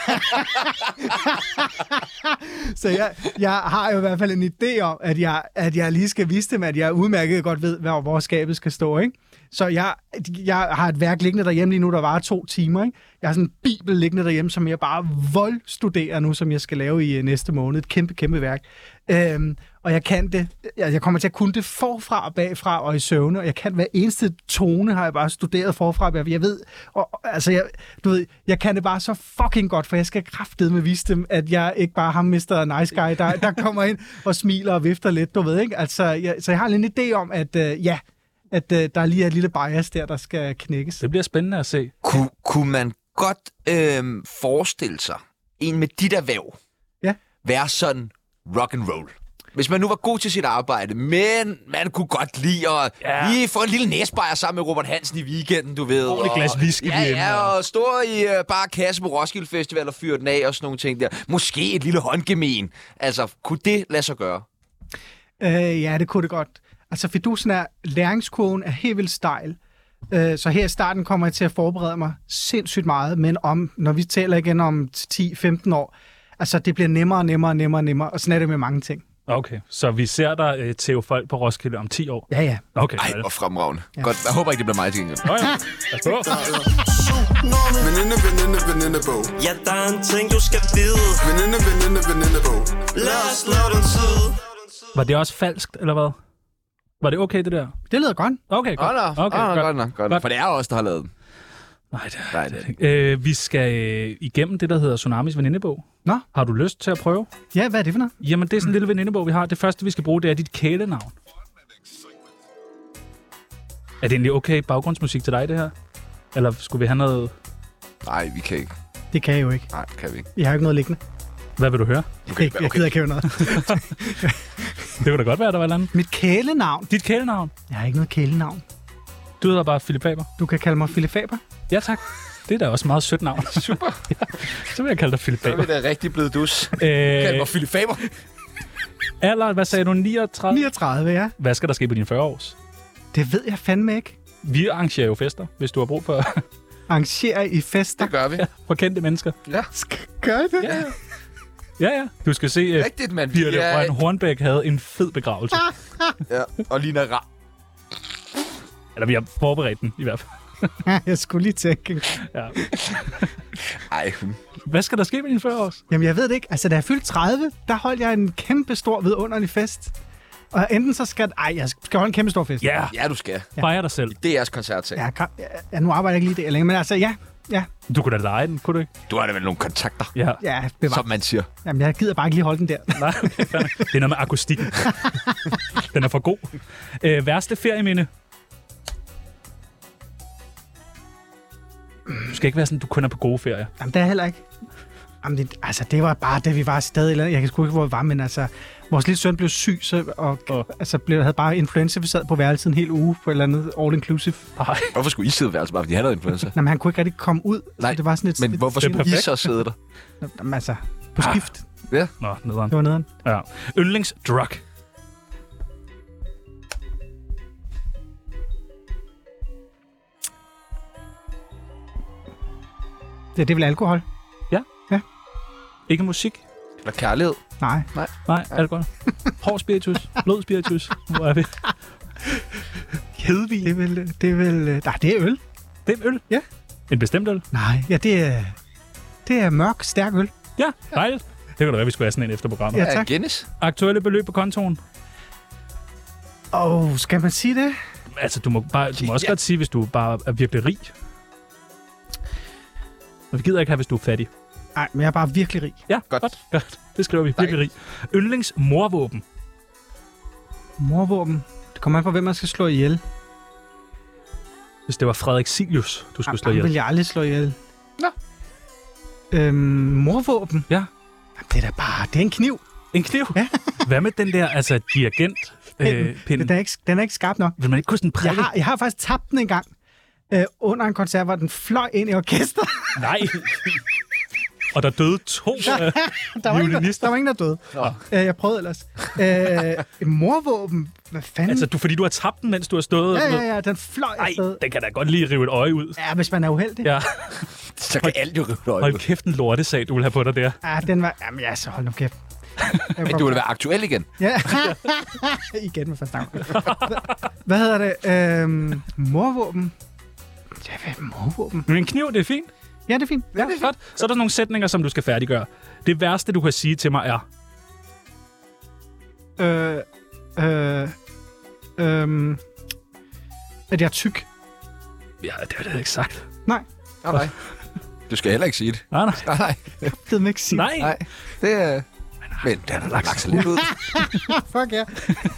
C: Så jeg, jeg har jo i hvert fald en idé om, at jeg, at jeg lige skal vise dem, at jeg udmærket godt ved, hvor, hvor skabet skal stå, ikke? Så jeg, jeg har et værk liggende derhjemme lige nu, der varer to timer, ikke? Jeg har sådan en bibel liggende derhjemme, som jeg bare voldstuderer nu, som jeg skal lave i næste måned. Et kæmpe, kæmpe værk. Øhm, og jeg kan det. Jeg kommer til at kunne det forfra og bagfra og i søvne, og jeg kan hver eneste tone, har jeg bare studeret forfra og bagfra. Jeg ved, og, altså, jeg, du ved, jeg kan det bare så fucking godt, for jeg skal kraftedeme vise dem, at jeg ikke bare ham mister Nice Guy, der, der kommer ind og smiler og vifter lidt, du ved, ikke? Altså, jeg, så jeg har en idé om, at øh, ja, at øh, der lige er et lille bias der, der skal knækkes.
D: Det bliver spændende at se.
A: Kun, kunne man godt øh, forestille sig en med dit erhverv
C: ja.
A: være sådan rock and roll? Hvis man nu var god til sit arbejde, men man kunne godt lide at ja. lige få en lille næsbejer sammen med Robert Hansen i weekenden, du ved.
D: Og et glas whisky.
A: Ja, ja, og stå i uh, bare kasse på Roskilde Festival og fyre den af og sådan nogle ting der. Måske et lille håndgemen. Altså, kunne det lade sig gøre?
C: Øh, ja, det kunne det godt. Altså, fidusen er, læringskurven er helt vildt stejl. Øh, så her i starten kommer jeg til at forberede mig sindssygt meget, men om, når vi taler igen om ti femten år, altså, det bliver nemmere og nemmere og nemmere og nemmere, og sådan er det med mange ting.
D: Okay, så vi ser dig øh, tæve folk på Roskilde om ti år?
C: Ja, ja.
D: Okay,
A: ej, hvor fremragende. Ja. Godt, jeg håber ikke, det bliver mig til gengæld.
D: Nå ja, lad os prøve.
B: Veninde, veninde, venindebog. Ja, der er en ting, du skal vide. Veninde, veninde, venindebog. Lad os slå den tid.
D: Var det også falskt, eller hvad? Var det okay, det der?
C: Det lyder godt.
D: Okay, godt.
A: Oh, no.
D: Okay,
A: oh,
D: godt.
A: godt, nok, godt. godt. For det er også der har lavet den.
D: Nej, det,
A: Nej, det er
D: det øh, Vi skal øh, igennem det, der hedder Tsunamis venindebog.
C: Nå.
D: Har du lyst til at prøve?
C: Ja, hvad er det for noget?
D: Jamen, det er sådan en lille venindebog, vi har. Det første, vi skal bruge, det er dit kælenavn. Er det egentlig okay baggrundsmusik til dig, det her? Eller skulle vi have noget...
A: Nej, vi kan ikke.
C: Det kan jeg jo ikke.
A: Nej, det kan vi ikke.
C: Jeg har jo ikke noget liggende.
D: Hvad vil du høre?
A: Okay,
C: Jeg, jeg gider ikke høre noget.
D: Det kunne da godt være, der var et eller andet.
C: Mit kælenavn?
D: Dit kælenavn?
C: Jeg har ikke noget kælenavn.
D: Du hedder bare Philip Faber.
C: Du kan kalde mig Philip Faber.
D: Ja, tak. Det er da også meget sødt navn.
A: Super.
D: Ja, så vil jeg kalde dig Philip Faber.
A: Så er det rigtig blevet dus.
D: Øh,
A: Kald mig Philip Faber.
D: Alder, hvad sagde du? niogtredive?
C: niogtredive, ja.
D: Hvad skal der ske på dine fyrre års?
C: Det ved jeg fandme ikke.
D: Vi arrangerer jo fester, hvis du har brug for...
C: Arrangerer I fester?
A: Det gør vi.
D: Ja, for kendte mennesker.
A: Ja.
C: Gør I det?
D: Ja, ja. Ja, ja. Du skal se, at
A: Rigtigt, mand.
D: Birte
A: Ja.
D: Røn Hornbæk havde en fed begravelse.
A: Ja, og Lina Ra.
D: Eller vi har forberedt den, i hvert fald.
C: Jeg skulle lige tænke.
D: Ja.
A: Ej.
D: Hvad skal der ske med dine fyrre års?
C: Jamen, jeg ved det ikke. Altså, da jeg fyldte tredive, der holdt jeg en kæmpe stor vidunderlig fest. Og enten så skal... Ej, jeg skal holde en kæmpe stor fest.
D: Ja,
A: Ja, du skal.
D: fejre dig selv.
A: Det er jeres koncertsal.
C: Ja, kan- ja, nu arbejder jeg ikke lige det længere, men altså, ja. Ja,
D: Du kunne da lege den, kunne du ikke?
A: Du har da vel nogle kontakter,
D: Ja.
C: ja, bevar.
A: som man siger.
C: Jamen, jeg gider bare ikke lige holde den der.
D: Nej, okay, fair nok. Det er noget med akustikken. Den er for god. Øh, værste ferieminde? Du skal ikke være sådan, du kun er på gode ferier.
C: Jamen, det er heller ikke. Jamen, det, altså, det var bare, da vi var afsted. Eller, jeg kan sgu ikke, hvor vi var, men altså... Vores lille søn blev syg, så, og
D: Åh.
C: altså, blev, havde bare influenza. Vi sad på værelset en hel uge på et eller andet all-inclusive.
D: Nej.
A: Hvorfor skulle I sidde værelse, bare fordi han havde influenza?
C: Jamen, han kunne ikke rigtig komme ud.
A: Nej,
C: så det var sådan et,
A: Men
C: et,
A: hvorfor
D: Det er
A: skulle I
D: perfekt.
A: så sidde der?
C: Jamen, altså, på skift.
A: Ja.
D: Nå, nederen.
C: Det var nederen.
D: Ja. Yndlingsdrug?
C: Det, det er vel alkohol?
D: Ikke musik?
A: Eller kærlighed?
C: Nej.
D: Nej, alkohol. Hård spiritus? Blød spiritus? Hvor er vi? Hedvig?
C: Det er vel... Det er vel nej, det er øl.
D: Det er øl?
C: Ja.
D: En bestemt øl?
C: Nej, ja, det er... Det er mørk, stærk øl.
D: Ja, dejligt. Det kunne da være, vi skulle have sådan en efter programmet.
C: Ja,
A: Ja,
C: tak.
A: Guinness.
D: Aktuelle beløb på kontoen?
C: Åh, oh, skal man sige det?
D: Altså, du må, bare, du må også
A: Ja.
D: godt sige, hvis du bare er virkelig rig. Og vi gider ikke have, hvis du er fattig.
C: Nej, men jeg er bare virkelig rig.
D: Ja,
A: Godt.
D: godt. godt. Det skriver vi. Virkelig rig. Yndlings morvåben.
C: Morvåben. Det kommer an på, hvem man skal slå ihjel.
D: Hvis det var Frederik Silius, du skulle slå
C: Ham
D: ihjel.
C: vil jeg aldrig slå ihjel.
A: Nå.
C: Øhm, morvåben?
D: Ja.
C: Jamen, det er da bare... Det er en kniv.
D: En kniv?
C: Ja.
D: Hvad med den der, altså, dirigent? Øh, pinden?
C: Den er, ikke, den er ikke skarp nok.
D: Vil man ikke kunne sådan
C: Jeg
D: prikke?
C: har, jeg har faktisk tabt den en gang øh, under en koncert, hvor den fløj ind i orkester.
D: Nej. Og der døde to øh,
C: der, var ingen, der,
D: violinister.
C: der var ingen, der døde. Øh, jeg prøvede ellers. Øh, morvåben? Hvad fanden?
D: Altså, du, fordi du har tabt den, mens du har stået...
C: ja,
D: og sådan
C: ja,
D: noget.
C: ja, den fløj
D: Ej,
C: afsted.
D: den kan da godt lige rive et øje ud.
C: Ja, hvis man er uheldig.
D: Ja.
A: Så kan alt jo rive øje
D: Hold
A: ud.
D: kæft, en lortesag, du vil have på dig der.
C: Ja, den var... Jamen, ja, så hold nu kæft.
A: Men du vil være aktuel igen.
C: Ja. Igen med første navn. Hvad hedder det? Øhm, morvåben? Ja, hvad er morvåben?
D: Men en kniv, det er fint.
C: Ja, det er fint.
D: Ja, det er godt. Så er der nogle sætninger, som du skal færdiggøre. Det værste, du kan sige til mig, er...
C: Øh, øh, øh, at jeg er tyk.
D: Ja, det har jeg ikke sagt.
C: Nej,
A: Nej, nej. Du skal heller ikke sige det.
D: Nej, nej.
A: Nej, nej.
C: det ved man ikke sige.
D: Nej.
A: Nej, det er... Men den har lagt sig lidt ud.
C: Fuck ja.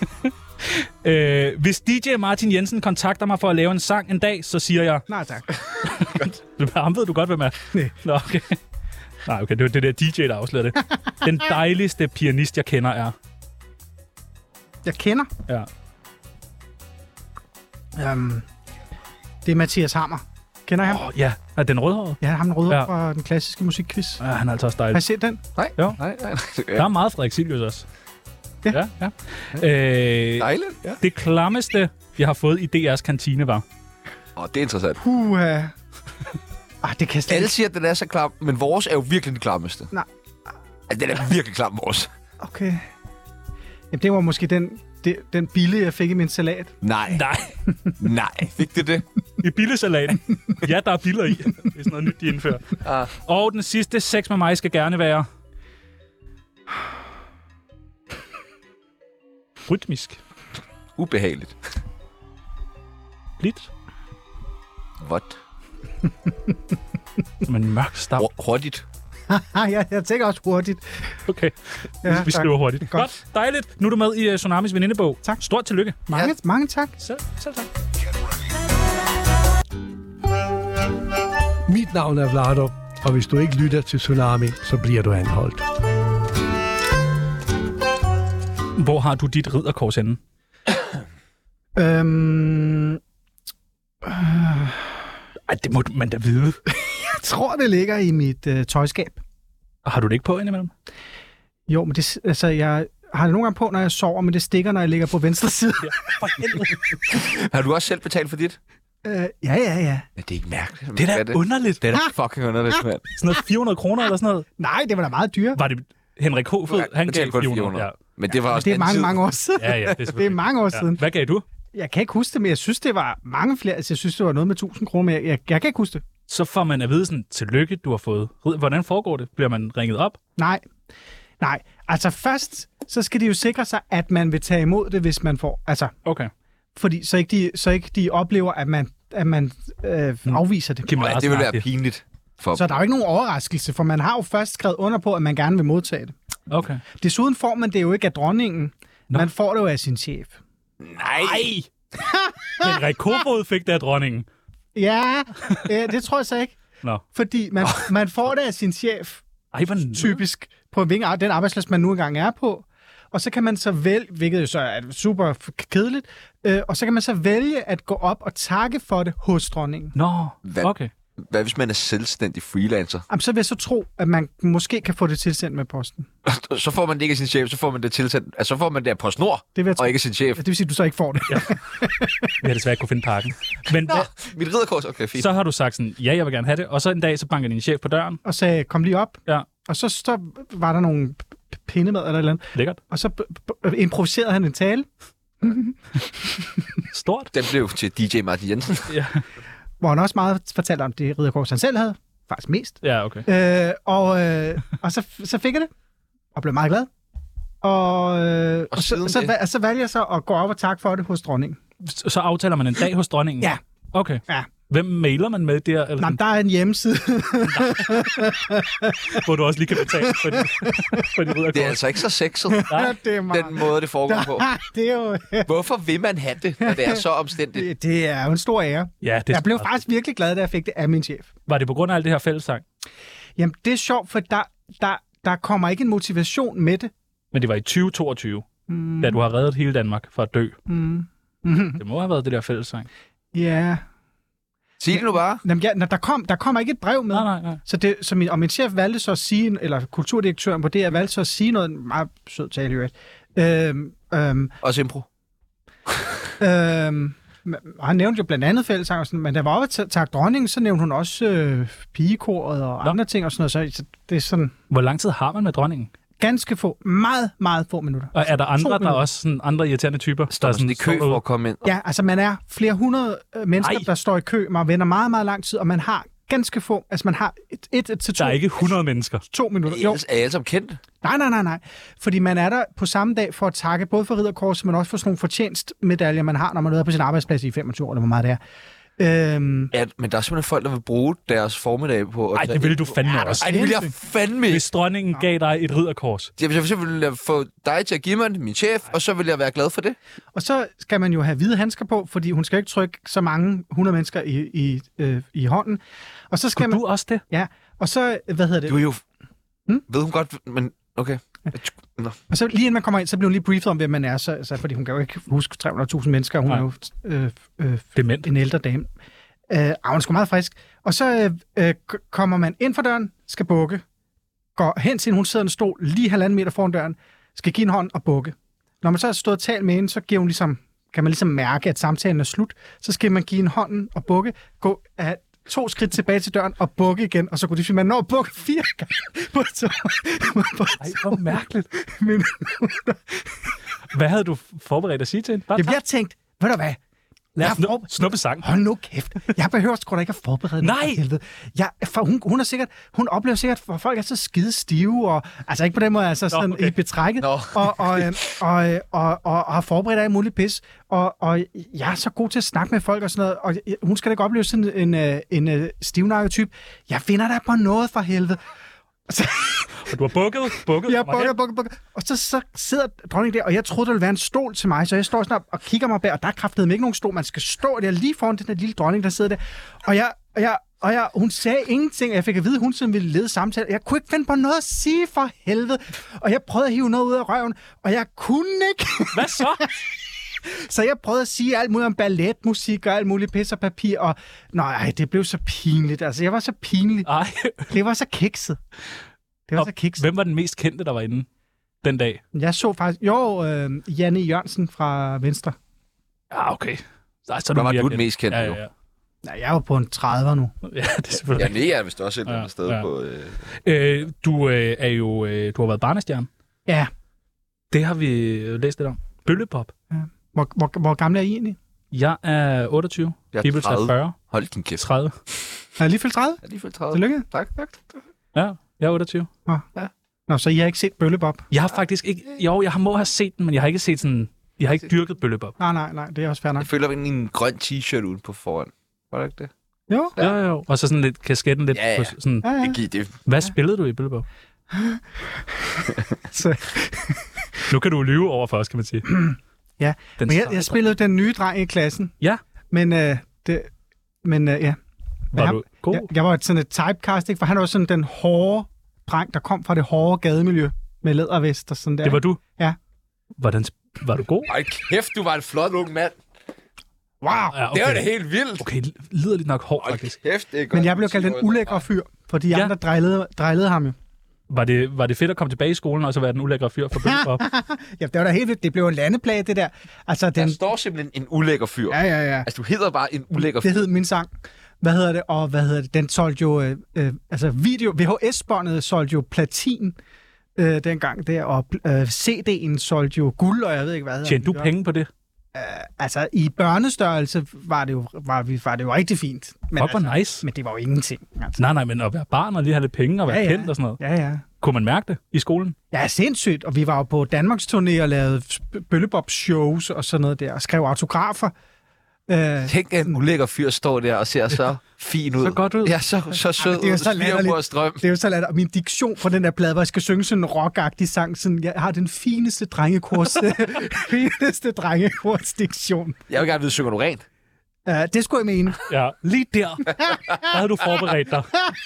D: Øh, hvis D J Martin Jensen kontakter mig for at lave en sang en dag, så siger jeg...
C: Nej, tak.
D: Ham ved du godt, hvem er.
C: Nej.
D: Nå, okay. Nej, okay, det er det der D J, der afslører det. Den dejligste pianist, jeg kender, er...
C: Jeg kender.
D: Ja.
C: Um, det er Mathias Hammer. Kender jeg ham?
D: Åh, oh, ja. Er den rødhåret?
C: Ja, ham den røde
D: Ja.
C: ja. fra den klassiske musikquiz.
D: Ja, han er altså også
C: Har I
D: dejlig.
C: set den?
A: Nej,
D: Jo.
A: nej, nej.
D: Der er meget Frederik Silius også.
C: Ja.
D: Ja, ja. Øh,
A: Dejligt, ja.
D: det klammeste, jeg har fået i D R's kantine, var...
A: Åh, det er interessant.
C: Puh. Uh, ah, det kan slet
A: Alle
C: ikke.
A: siger, at den er så klam, men vores er jo virkelig den klammeste.
C: Nej.
A: Altså, den er virkelig klam, vores.
C: Okay. Jamen, det var måske den, det, den bille, jeg fik i min salat.
A: Nej,
D: Nej,
A: nej. Fik det det?
D: i billesalaten. Ja, der er biller i. Det er sådan noget nyt, de indfører.
A: Ah.
D: Og den sidste, sex med mig skal gerne være... Rytmisk.
A: Ubehageligt.
D: Blidt.
A: What?
D: Som en mørk stav.
A: Hu- Hurtigt.
C: Ah, jeg, jeg tænker også hurtigt.
D: Okay,
C: Ja,
D: vi
C: tak.
D: skriver hurtigt.
C: Godt.
D: Godt, dejligt. Nu er du med i uh, Tsunamis venindebog.
C: Tak.
D: Stort tillykke.
C: Mange,
A: Ja.
C: mange tak.
D: Selv, selv tak.
E: Mit navn er Vlado, og hvis du ikke lytter til Tsunami, så bliver du anholdt.
D: Hvor har du dit ridderkors henne?
C: Øhm,
D: Ej, det må man da vide.
C: jeg tror, det ligger i mit øh, tøjskab.
D: Har du det ikke på indimellem?
C: Jo, men det, altså, jeg har det nogle gange på, når jeg sover, men det stikker, når jeg ligger på venstre side.
D: Ja, for helvede.
A: Har du også selv betalt for dit?
C: øh, ja, ja, ja.
A: Ja, det er ikke mærkeligt.
D: Det er
A: Hvad
D: da underligt.
A: Det er da fucking underligt, mand.
D: Sådan noget fire hundrede kroner eller sådan noget.
C: Nej, det var da meget dyre.
D: Var det Henrik Hofed? Han gav
A: Betalte kun
D: fire
A: fire
D: hundrede.
A: hundrede.
D: Ja.
A: Men det var også
C: Det er
A: den
C: mange,
A: tid.
C: mange år siden.
D: Ja, ja, det er,
C: Det er
D: selvfølgelig-
C: mange år
D: ja.
C: siden.
D: Hvad gav du?
C: Jeg kan ikke huske det, men jeg synes, det var mange flere. Altså, jeg synes, det var noget med tusind kroner, men jeg, jeg, jeg kan ikke huske det.
D: Så får man at vide sådan, tillykke, du har fået. rid- Hvordan foregår det? Bliver man ringet op?
C: Nej. Nej. Altså først, så skal de jo sikre sig, at man vil tage imod det, hvis man får... Altså,
D: Okay.
C: fordi så ikke de, så ikke de oplever, at man, at man øh, afviser det.
D: Kim
A: Ja,
D: Larsen
A: det vil være
D: agtigt.
A: pinligt for
C: Så der er jo ikke nogen overraskelse, for man har jo først skrevet under på, at man gerne vil modtage det.
D: Okay.
C: Desuden får man det jo ikke af dronningen.
D: Nå.
C: Man får det jo af sin chef.
A: Nej.
D: Henrik Hofed fik det af dronningen.
C: Ja, øh, det tror jeg så ikke.
D: Nå.
C: Fordi man, man får det af sin chef,
D: Ej, hvor n-
C: typisk, på hvilken- den arbejdsplads, man nu engang er på. Og så kan man så vælge, hvilket jo så er super kedeligt, øh, og så kan man så vælge at gå op og takke for det hos dronningen.
D: Nå,
A: Hvad?
D: okay.
A: Hvad hvis man er selvstændig freelancer?
C: Jamen, så vil jeg så tro, at man måske kan få det tilsendt med posten.
A: Så får man det ikke af sin chef, så får man det tilsendt. Altså, så får man det af PostNord,
C: Det vil jeg tro.
A: og ikke af sin chef.
C: Det vil sige, at du så ikke får det. Ja.
D: Vi har desværre ikke kunne finde pakken. Men
A: Nå,
D: hvad,
A: mit ridderkors, okay, fint.
D: så har du sagt sådan, ja, jeg vil gerne have det. Og så en dag, så banker din chef på døren.
C: Og sagde, kom lige op.
D: Ja.
C: Og så, så var der nogle p- pindemad eller et eller andet.
D: Lækkert.
C: Og så b- b- improviserede han en tale,
D: Stort.
A: Den blev til D J Martin Jensen.
D: Ja,
C: hvor han også meget fortalte om det ridderkors, han selv havde. Faktisk mest.
D: ja okay.
C: Øh, og øh, og så, så fik jeg det, og blev meget glad. Og, øh, og, så,
A: siden
C: så,
A: det?
C: så, så valgte jeg så at gå op og takke for det hos dronningen.
D: Så så aftaler man en dag hos dronningen?
C: Ja.
D: Okay.
C: Ja,
D: Hvem mailer man med der? Eller
C: Nej, der er en hjemmeside.
D: hvor du også lige kan betale for de, for de ridderkort.
A: Det er altså ikke så sexet,
C: Ja, det er meget.
A: den måde, det foregår på.
C: Det er jo...
A: Hvorfor vil man have det, når det er så omstændigt?
C: Det, det er jo en stor ære.
D: Ja, det er
C: Jeg blev
D: smart.
C: faktisk virkelig glad, da jeg fik det af min chef.
D: Var det på grund af alt det her fællessang?
C: Jamen, det er sjovt, for der, der, der kommer ikke en motivation med det.
D: Men det var i tyve toogtyve,
C: Mm.
D: da du har reddet hele Danmark fra at dø.
C: Mm. Mm.
D: Det må have været det der fællessang.
C: Ja.
A: Sig det nu bare.
C: Jamen, ja, når der, kom, der kommer ikke et brev med.
D: Nej, nej, nej.
C: Så det, så min, og min chef valgte så at sige, eller kulturdirektøren på det, jeg valgte så at sige noget meget sød tale i øvrigt. Øhm, øhm,
A: Også impro.
C: øhm, og han nævnte jo blandt andet fællesang, og sådan, men der var oppe til tak dronningen, så nævnte hun også øh, pigekoret og
D: Nå.
C: andre ting og sådan noget. Så, så det er sådan
D: Hvor lang tid har man med dronningen?
C: ganske få, meget, meget få minutter.
D: Og er der andre, der er
C: minutter.
D: også sådan andre irriterende typer?
A: Står
D: der
A: sådan i kø for at komme ind.
C: Ja, altså man er flere hundrede øh, mennesker,
D: Ej.
C: der står i kø, man venter meget, meget lang tid, og man har ganske få, altså man har et, et, et til to,
D: Der er ikke hundrede mennesker.
C: to minutter. Jo,
A: Ellers er alle som kendt.
C: nej, nej, nej, nej. Fordi man er der på samme dag for at takke både for Ridderkorset, men også for sådan nogle fortjenstmedaljer, man har, når man er på sin arbejdsplads i femogtyve år, eller hvor meget det er. Øhm,
A: Ja, men der er simpelthen folk, der vil bruge deres formiddag på... at
D: Nej,
A: tage
D: det ville
A: ind
D: du
A: på-
D: fandme
C: Ja,
D: også.
A: Ej, det vil jeg fandme ikke.
D: Hvis dronningen gav dig et ridderkors.
A: Jeg vil simpelthen få dig til at give mig min chef, og så vil jeg være glad for det.
C: og så skal man jo have hvide handsker på, fordi hun skal ikke trykke så mange hundrede mennesker i, i, øh, i hånden. Og så skal
D: Skal
C: man...
D: du også det?
C: Ja, og så, hvad hedder det?
A: Du er jo...
C: Hmm?
A: Ved hun godt, men... Okay. Nå.
C: Og så lige inden man kommer ind, så bliver hun lige briefet om, hvem man er, så, så, fordi hun kan jo ikke huske tre hundrede tusind mennesker, hun
D: Nej.
C: er jo øh, øh,
D: Dement.
C: en ældre dame. Øh, ah, hun er sgu meget frisk. Og så øh, øh, k- kommer man ind for døren, skal bukke, går hen til hende, hun sidder i en stol lige halvanden meter foran døren, skal give en hånd og bukke. Når man så har stået og talt med hende, så giver hun ligesom, kan man ligesom mærke, at samtalen er slut. Så skal man give en hånden og bukke, gå af to skridt tilbage til døren og bukke igen, og så kunne det sige, man når at bukke fire gange på to, på
D: Ej, hvor mærkeligt.
C: minutter.
D: Hvad havde du forberedt at sige til hende? Bare
C: Jamen, jeg tænkte, ved du hvad?
D: lad
C: jeg
D: os
C: har
D: snu- snuppe sang.
C: Hold nu kæft. Jeg behøver sgu da ikke at forberede
D: Nej!
C: mig for helvede. Jeg, for hun, hun, er sikkert, hun oplever sikkert, at folk er så skide stive, og, altså ikke på den måde, altså sådan
D: okay.
C: i betrækket,
A: Nå.
C: og, og, øh, og, øh, og, og, og har forberedt alt muligt pis. Og, og jeg er så god til at snakke med folk og sådan noget, og jeg- hun skal da ikke opleve sådan en, øh, en øh, stivnakket type. Jeg finder da på noget for helvede. Så,
D: Og du har bukket, bukket.
C: jeg
D: kommer
C: bukker,
D: hen.
C: bukker, bukker. Og så, så sidder dronningen der, og jeg troede, der ville være en stol til mig, så jeg står sådan op og kigger mig bag, og der er kraftedeme ikke nogen stol. Man skal stå der lige foran den der lille dronning, der sidder der. Og jeg, og jeg, og jeg, hun sagde ingenting, og jeg fik at vide, at hun sådan ville lede samtale. Jeg kunne ikke finde på noget at sige for helvede. Og jeg prøvede at hive noget ud af røven, og jeg kunne ikke.
D: Hvad så?
C: Så jeg prøvede at sige alt muligt om balletmusik og alt muligt pis og papir, og nej, det blev så pinligt. Altså, jeg var så pinlig.
D: Ej.
C: Det var så kikset. Det var
D: Og
C: så kikset.
D: Hvem var den mest kendte, der var inde den dag?
C: Jeg så faktisk, jo, øh, Janne Jørgensen fra Venstre.
D: Ja, okay. Nej, så er
A: Hvad var
D: mere
A: du
D: kendt.
A: den mest kendte,
D: ja,
A: jo?
D: ja, ja.
C: Nej, jeg er jo på en trediver nu.
D: Ja, det er selvfølgelig.
A: Ja, Nea er vist også et eller
D: Ja,
A: andet sted
D: ja.
A: på... Øh...
D: Øh, du øh, er jo, øh, du har været barnestjerne.
C: Ja.
D: Det har vi øh, læst lidt om. Bøllepop.
C: Hvor, hvor, hvor gammel er I egentlig?
D: Jeg er otteogtyve.
A: Jeg er
D: Pibels er
A: tredive.
D: fyrre.
A: Hold din kæft.
D: tredive.
C: Er I lige fyldt tredive?
A: Jeg er lige fyldt tredive.
C: Tillykke.
A: Tak, tak.
D: Ja, jeg er otteogtyve.
C: Nå, så I har ikke set Bøllebop?
D: Jeg har faktisk ikke... Jo, jeg har må have set den, men jeg har ikke set sådan... Jeg har ikke dyrket bøllepop.
C: Nej, nej, nej, det er også fair nok.
A: Jeg føler egentlig en grøn t-shirt uden på foran. Var det ikke det?
C: Jo,
D: Ja, ja, jo. Og så sådan lidt kasketten lidt
A: Ja, ja.
D: på sådan...
C: ja, ja.
A: Det, giver- det
D: Hvad spillede du i bøllepop?
C: Så,
D: Nu kan du lyve over for os, kan man sige.
C: Ja,
D: Den
C: men jeg,
D: seje
C: jeg spillede den nye dreng i klassen.
D: Ja.
C: Men, øh, det, men øh, ja.
D: Var
C: jeg,
D: du god?
C: Jeg, jeg var sådan et typecast, ikke? For han var sådan den hårde dreng, der kom fra det hårde gademiljø med lædervest og sådan der.
D: Det var du?
C: Ja.
D: Hvordan sp- var du god?
A: Ej, kæft, du var en flot ung mand.
C: Wow!
D: Ja,
A: Det var da helt vildt.
D: Okay, lyder lidt nok hård,
A: Hold
D: faktisk.
A: kæft, det er godt.
C: Men jeg blev kaldt en ulækre fyr, fordi de
D: Ja.
C: andre drejlede, drejlede ham jo.
D: Var det, var det fedt at komme tilbage i skolen og så være den ulækre fyr for bøllepop?
C: Ja, det var da helt vildt. Det blev en landeplage, det der. Altså, den...
A: Der står simpelthen en ulækker fyr.
C: Ja, ja, ja.
A: Altså, du hedder bare en ulækker fyr.
C: Det hed min sang. Hvad hedder det? Og hvad hedder det? Den solgte jo... Øh, øh, altså, video... V H S-båndet solgte jo platin øh, dengang der, og øh, C D'en solgte jo guld, og jeg ved ikke, hvad hedder
D: Tjente du
C: det.
D: penge på det?
C: Altså, i børnestørrelse var det jo, var vi, var det jo rigtig fint. Men,
D: Fuck,
C: altså,
D: hvor nice.
C: men det var jo ingenting. Altså.
D: Nej, nej, men at være barn og lige have lidt penge og være
C: Ja, ja.
D: kendt og sådan noget.
C: Ja, ja.
D: Kunne man mærke det i skolen?
C: Ja, sindssygt. Og vi var jo på Danmarks turné og lavede sp- bøllebop-shows og sådan noget der, og skrev autografer. Øh,
A: Tænk, at en ulækker fyr står der og ser så fin ud.
D: Så godt ud.
A: Ja, så, så sød
C: det er jo
A: ud.
C: så latterligt.
A: Strøm.
C: Det er jo så latterligt. Og min diktion på den der plade, hvor jeg skal synge sådan en rockagtig sang, sådan, jeg har den fineste drengekurs, fineste drengekurs diktion.
A: Jeg vil gerne vide, synger du rent?
C: Uh, det skulle jeg mene.
D: Ja, lige der. Der havde du forberedt dig.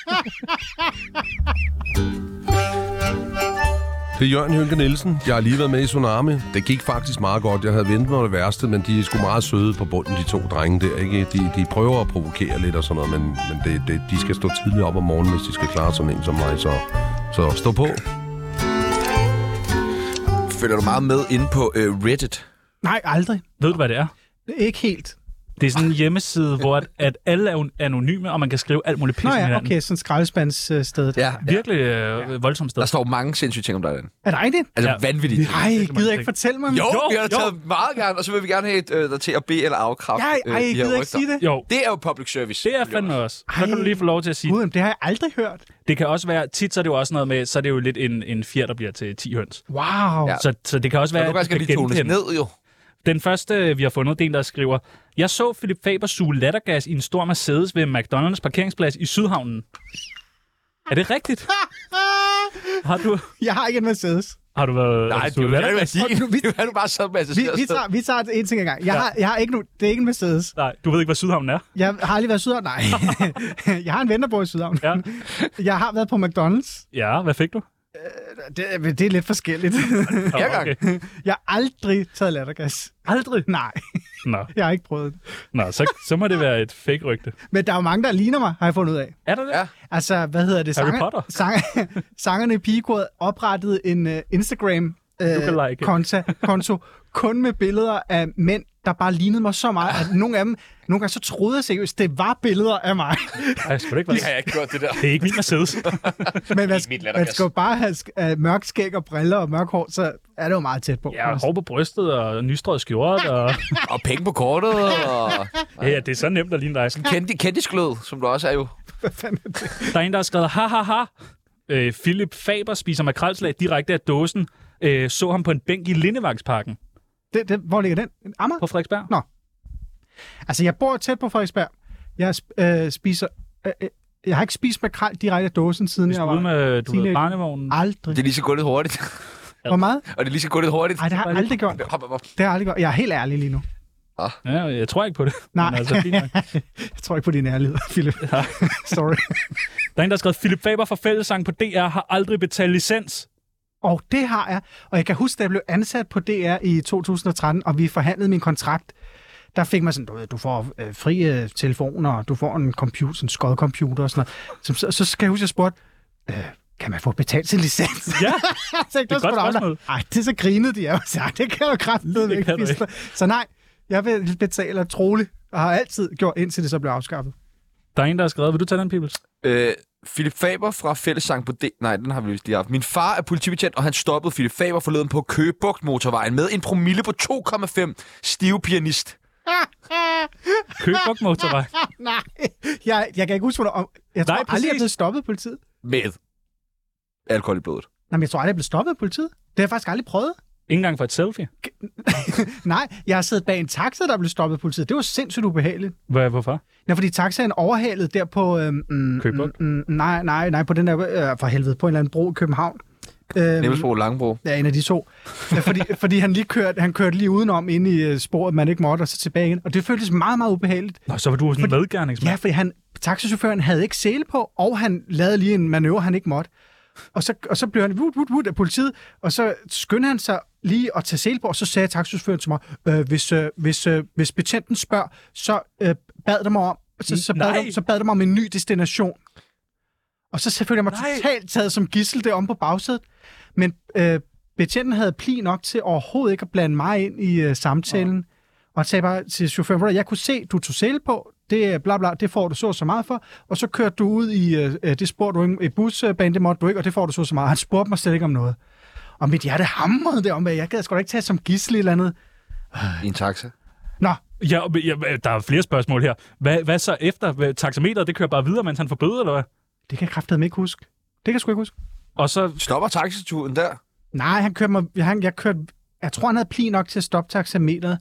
G: Det er Jørgen Hynke Nielsen. Jeg har lige været med i Tsunami. Det gik faktisk meget godt. Jeg havde ventet mig det værste, men de er sgu meget søde på bunden, de to drenge der. Ikke? De, de prøver at provokere lidt og sådan noget, men, men det, det, de skal stå tidligt op om morgenen, hvis de skal klare sådan en som mig. Så, så stå på.
A: Følger du meget med inde på uh, Reddit?
C: Nej, aldrig.
D: Ved du, hvad det er?
C: Ikke helt.
D: Det er sådan en hjemmeside, hvor at, at alle er anonyme, og man kan skrive alt muligt pis
C: Nå
D: med
C: ja,
D: hinanden.
C: okay, sådan skraldespandssted.
A: Ja.
D: Virkelig øh, voldsomt sted.
A: Der står mange sindssyge ting om dig derinde.
C: Er det rigtigt?
A: Altså
D: Ja.
A: vanvittigt.
C: Ej, gider jeg ikke fortælle mig?
A: Jo,
D: Jo,
A: vi har da
D: jo.
A: taget meget gerne, og så vil vi gerne have et, øh, dig til at bede eller afkræfte
C: Nej,
A: øh,
C: ej,
A: de her
C: gider ikke
A: rygter.
C: sige det?
D: Jo,
A: Det er jo public service.
D: det er fandme også. Så
C: Ej.
D: kan du lige få lov til at sige.
C: Gud, det har jeg aldrig hørt.
D: Det kan også være, tit så er det jo også noget med, så er det jo lidt en, en fjer, der bliver til ti høns.
C: Wow.
A: Ja.
D: Så, så det kan også
A: Så
D: være,
A: du
D: at
A: skal
D: du
A: lige tones
D: genkende.
A: ned, jo.
D: Den første, vi har fundet, det er en, der skriver, jeg så Philip Faber suge lattergas i en stor Mercedes ved McDonald's parkeringsplads i Sydhavnen. Er det rigtigt? Har du,
C: Jeg har ikke en Mercedes.
D: har du været
A: Nej,
D: har
A: det
D: du
A: er jo
D: suget
A: det,
D: lattergas?
A: jeg sige. Det er du bare så masse.
C: Vi, vi, tager, vi tager en ting ad gang. Jeg,
D: Ja.
C: har, jeg har ikke nu, det er ikke en Mercedes.
D: Nej, du ved ikke, hvad Sydhavnen er?
C: Jeg har aldrig været i Sydhavn. Nej. Jeg har en ven, der bor i Sydhavn.
D: Ja.
C: Jeg har været på McDonald's.
D: Ja, hvad fik du?
C: Det, det er lidt forskelligt.
D: Nå,
A: gang.
C: Jeg har aldrig taget lattergas. Aldrig? Nej,
D: Nå,
C: jeg har ikke prøvet det.
D: Nå så, så må det være et fake-rygte.
C: Men der er jo mange, der ligner mig, har jeg fundet ud af.
D: Er der det?
A: Ja.
C: Altså, hvad hedder det?
D: Harry Potter?
C: Sanger, sangerne i Pigekoret oprettede en uh, Instagram uh,
D: Lookalike.
C: konto, konto kun med billeder af mænd, der bare lignede mig så meget, at nogle af dem, nogle gange så troede jeg seriøst, det var billeder af mig.
D: Ej, skulle det ikke
A: Det har
D: være?
A: jeg ikke gjort, det der.
D: Det er ikke min Mercedes.
C: Men man,
A: mit
C: man
A: lattergas.
C: skal jo bare have uh, mørk skæg og briller og mørk hår, så er det jo meget tæt på.
D: Ja, hår på brystet og nystrøget skjort. Og...
A: Og penge på kortet, og
D: Ja, ja, det er så nemt at ligne dig.
A: kendi, kendisglød, som du også er jo.
C: Hvad fanden er det?
D: Der er en, der har skrevet, ha, ha, ha. Øh, Philip Faber spiser makrelslag direkte af dåsen. Øh, så ham på en bænk i Lindevangsparken
C: Det, det, hvor ligger den? En Amager?
D: på Frederiksberg.
C: Nå. Altså, jeg bor tæt på Frederiksberg. Jeg øh, spiser... Øh, øh, jeg har ikke spist makrel direkte af dåsen, siden
D: Hvis
C: jeg
D: du er
C: var...
D: ude med du ved,
C: teenager.
D: barnevognen.
C: Aldrig.
A: Det er lige så gået lidt hurtigt.
C: Hvor meget?
A: Og det er lige så gået lidt hurtigt.
C: Nej, det har jeg aldrig gjort.
A: Hop, hop, hop.
C: Det har jeg aldrig gjort. Jeg er helt ærlig lige nu.
D: Ja, jeg tror ikke på det.
C: Nej,
D: Men altså, fint nok.
C: jeg tror ikke på din ærlighed, Philip. Sorry.
D: Der er en, der har skrevet, Philip Faber fra Fællessang på D R har aldrig betalt licens.
C: Og det har jeg. Og jeg kan huske, da jeg blev ansat på D R i to tusind og tretten, og vi forhandlede min kontrakt, der fik man sådan, du ved, du får øh, fri øh, telefoner, og du får en computer, en skodcomputer og sådan noget. Så, så, så skal jeg huske, at jeg spurgte, øh, kan man få betalt til licens?
D: Ja,
C: så
D: det er et godt spørgsmål.
C: Ej, det så grinede de. Jeg var det kan du kraftedeme
D: Det
C: ikke.
D: kan du ikke.
C: Så nej, jeg vil betale troligt, og har altid gjort, indtil det så blev afskaffet.
D: der er en, der har skrevet, vil du tage den, Pibels?
A: Øh, Philip Faber fra Fællessang på D... Nej, den har vi vist lige haft. Min far er politibetjent, og han stoppede Philip Faber forleden på Køge Bugt motorvejen med en promille på to komma fem. Stive pianist.
D: Købuk motorvej.
C: Nej, jeg, jeg kan ikke huske, hvornår... Jeg tror
D: Nej,
C: aldrig, jeg er
D: præcis.
C: blevet stoppet af politiet.
A: Med alkohol i blodet.
C: Nej, men jeg tror aldrig, jeg blev stoppet af politiet. Det har jeg faktisk aldrig prøvet.
D: Ikke engang for et selfie.
C: Nej, jeg har siddet bag en taxa, der blev stoppet af politiet. Det var sindssygt ubehageligt.
D: Hvad, hvorfor?
C: Ja, fordi taxaen overhalede der på... Øhm, mm,
D: Køge Bugt?
C: mm, nej, nej, nej, på den der... Øh, for helvede, på en eller anden bro i København. Øhm,
A: Nemmelsbro, Langebro.
C: Ja, en af de to. Ja, fordi, fordi han lige kørte, han kørte lige udenom ind i uh, sporet, man ikke måtte, og så tilbage igen. Og det føltes meget, meget ubehageligt.
D: Nå, så var du sådan en
C: Fordi-
D: medgerningsmand.
C: Ja, fordi han, taxichaufføren havde ikke sele på, og han lavede lige en manøvre, han ikke måtte. Og så, og så blev han vut, vut, vut af politiet, og så skyndte han sig lige at tage sele på, og så sagde taxichaufføren til mig, øh, hvis, øh, hvis, øh, hvis betjenten spørger, så øh, bad der mig om, så, så, bad
D: Nej.
C: der, så bad der mig om en ny destination. Og så selvfølgelig jeg mig
D: Nej.
C: totalt taget som gidsel derom på bagsædet. Men øh, betjenten havde pli nok til overhovedet ikke at blande mig ind i øh, samtalen. Oh. Og han sagde bare til chaufføren, "Bror, jeg kunne se, du tog sele på, det er bla bla, det får du så så meget for, og så kørte du ud i øh, det spor, du ikke, i busbanen, det måtte du ikke, og det får du så så meget. Han spurgte mig slet ikke om noget. Og mit hjerte hamrede det om, at jeg gad sgu da ikke tage som gidsel eller andet.
A: I en taxa.
C: Nå,
D: Ja, ja, der er flere spørgsmål her. Hvad, hvad så efter? Hvad, taxameteret, det kører bare videre, mens han får bøde, eller hvad?
C: det kan jeg kraftedeme ikke huske. Det kan jeg sgu ikke huske.
D: Og så...
A: Stopper taxituren der?
C: Nej, han kørte mig, han, jeg kørte, jeg tror, han havde pli nok til at stoppe taxameteret.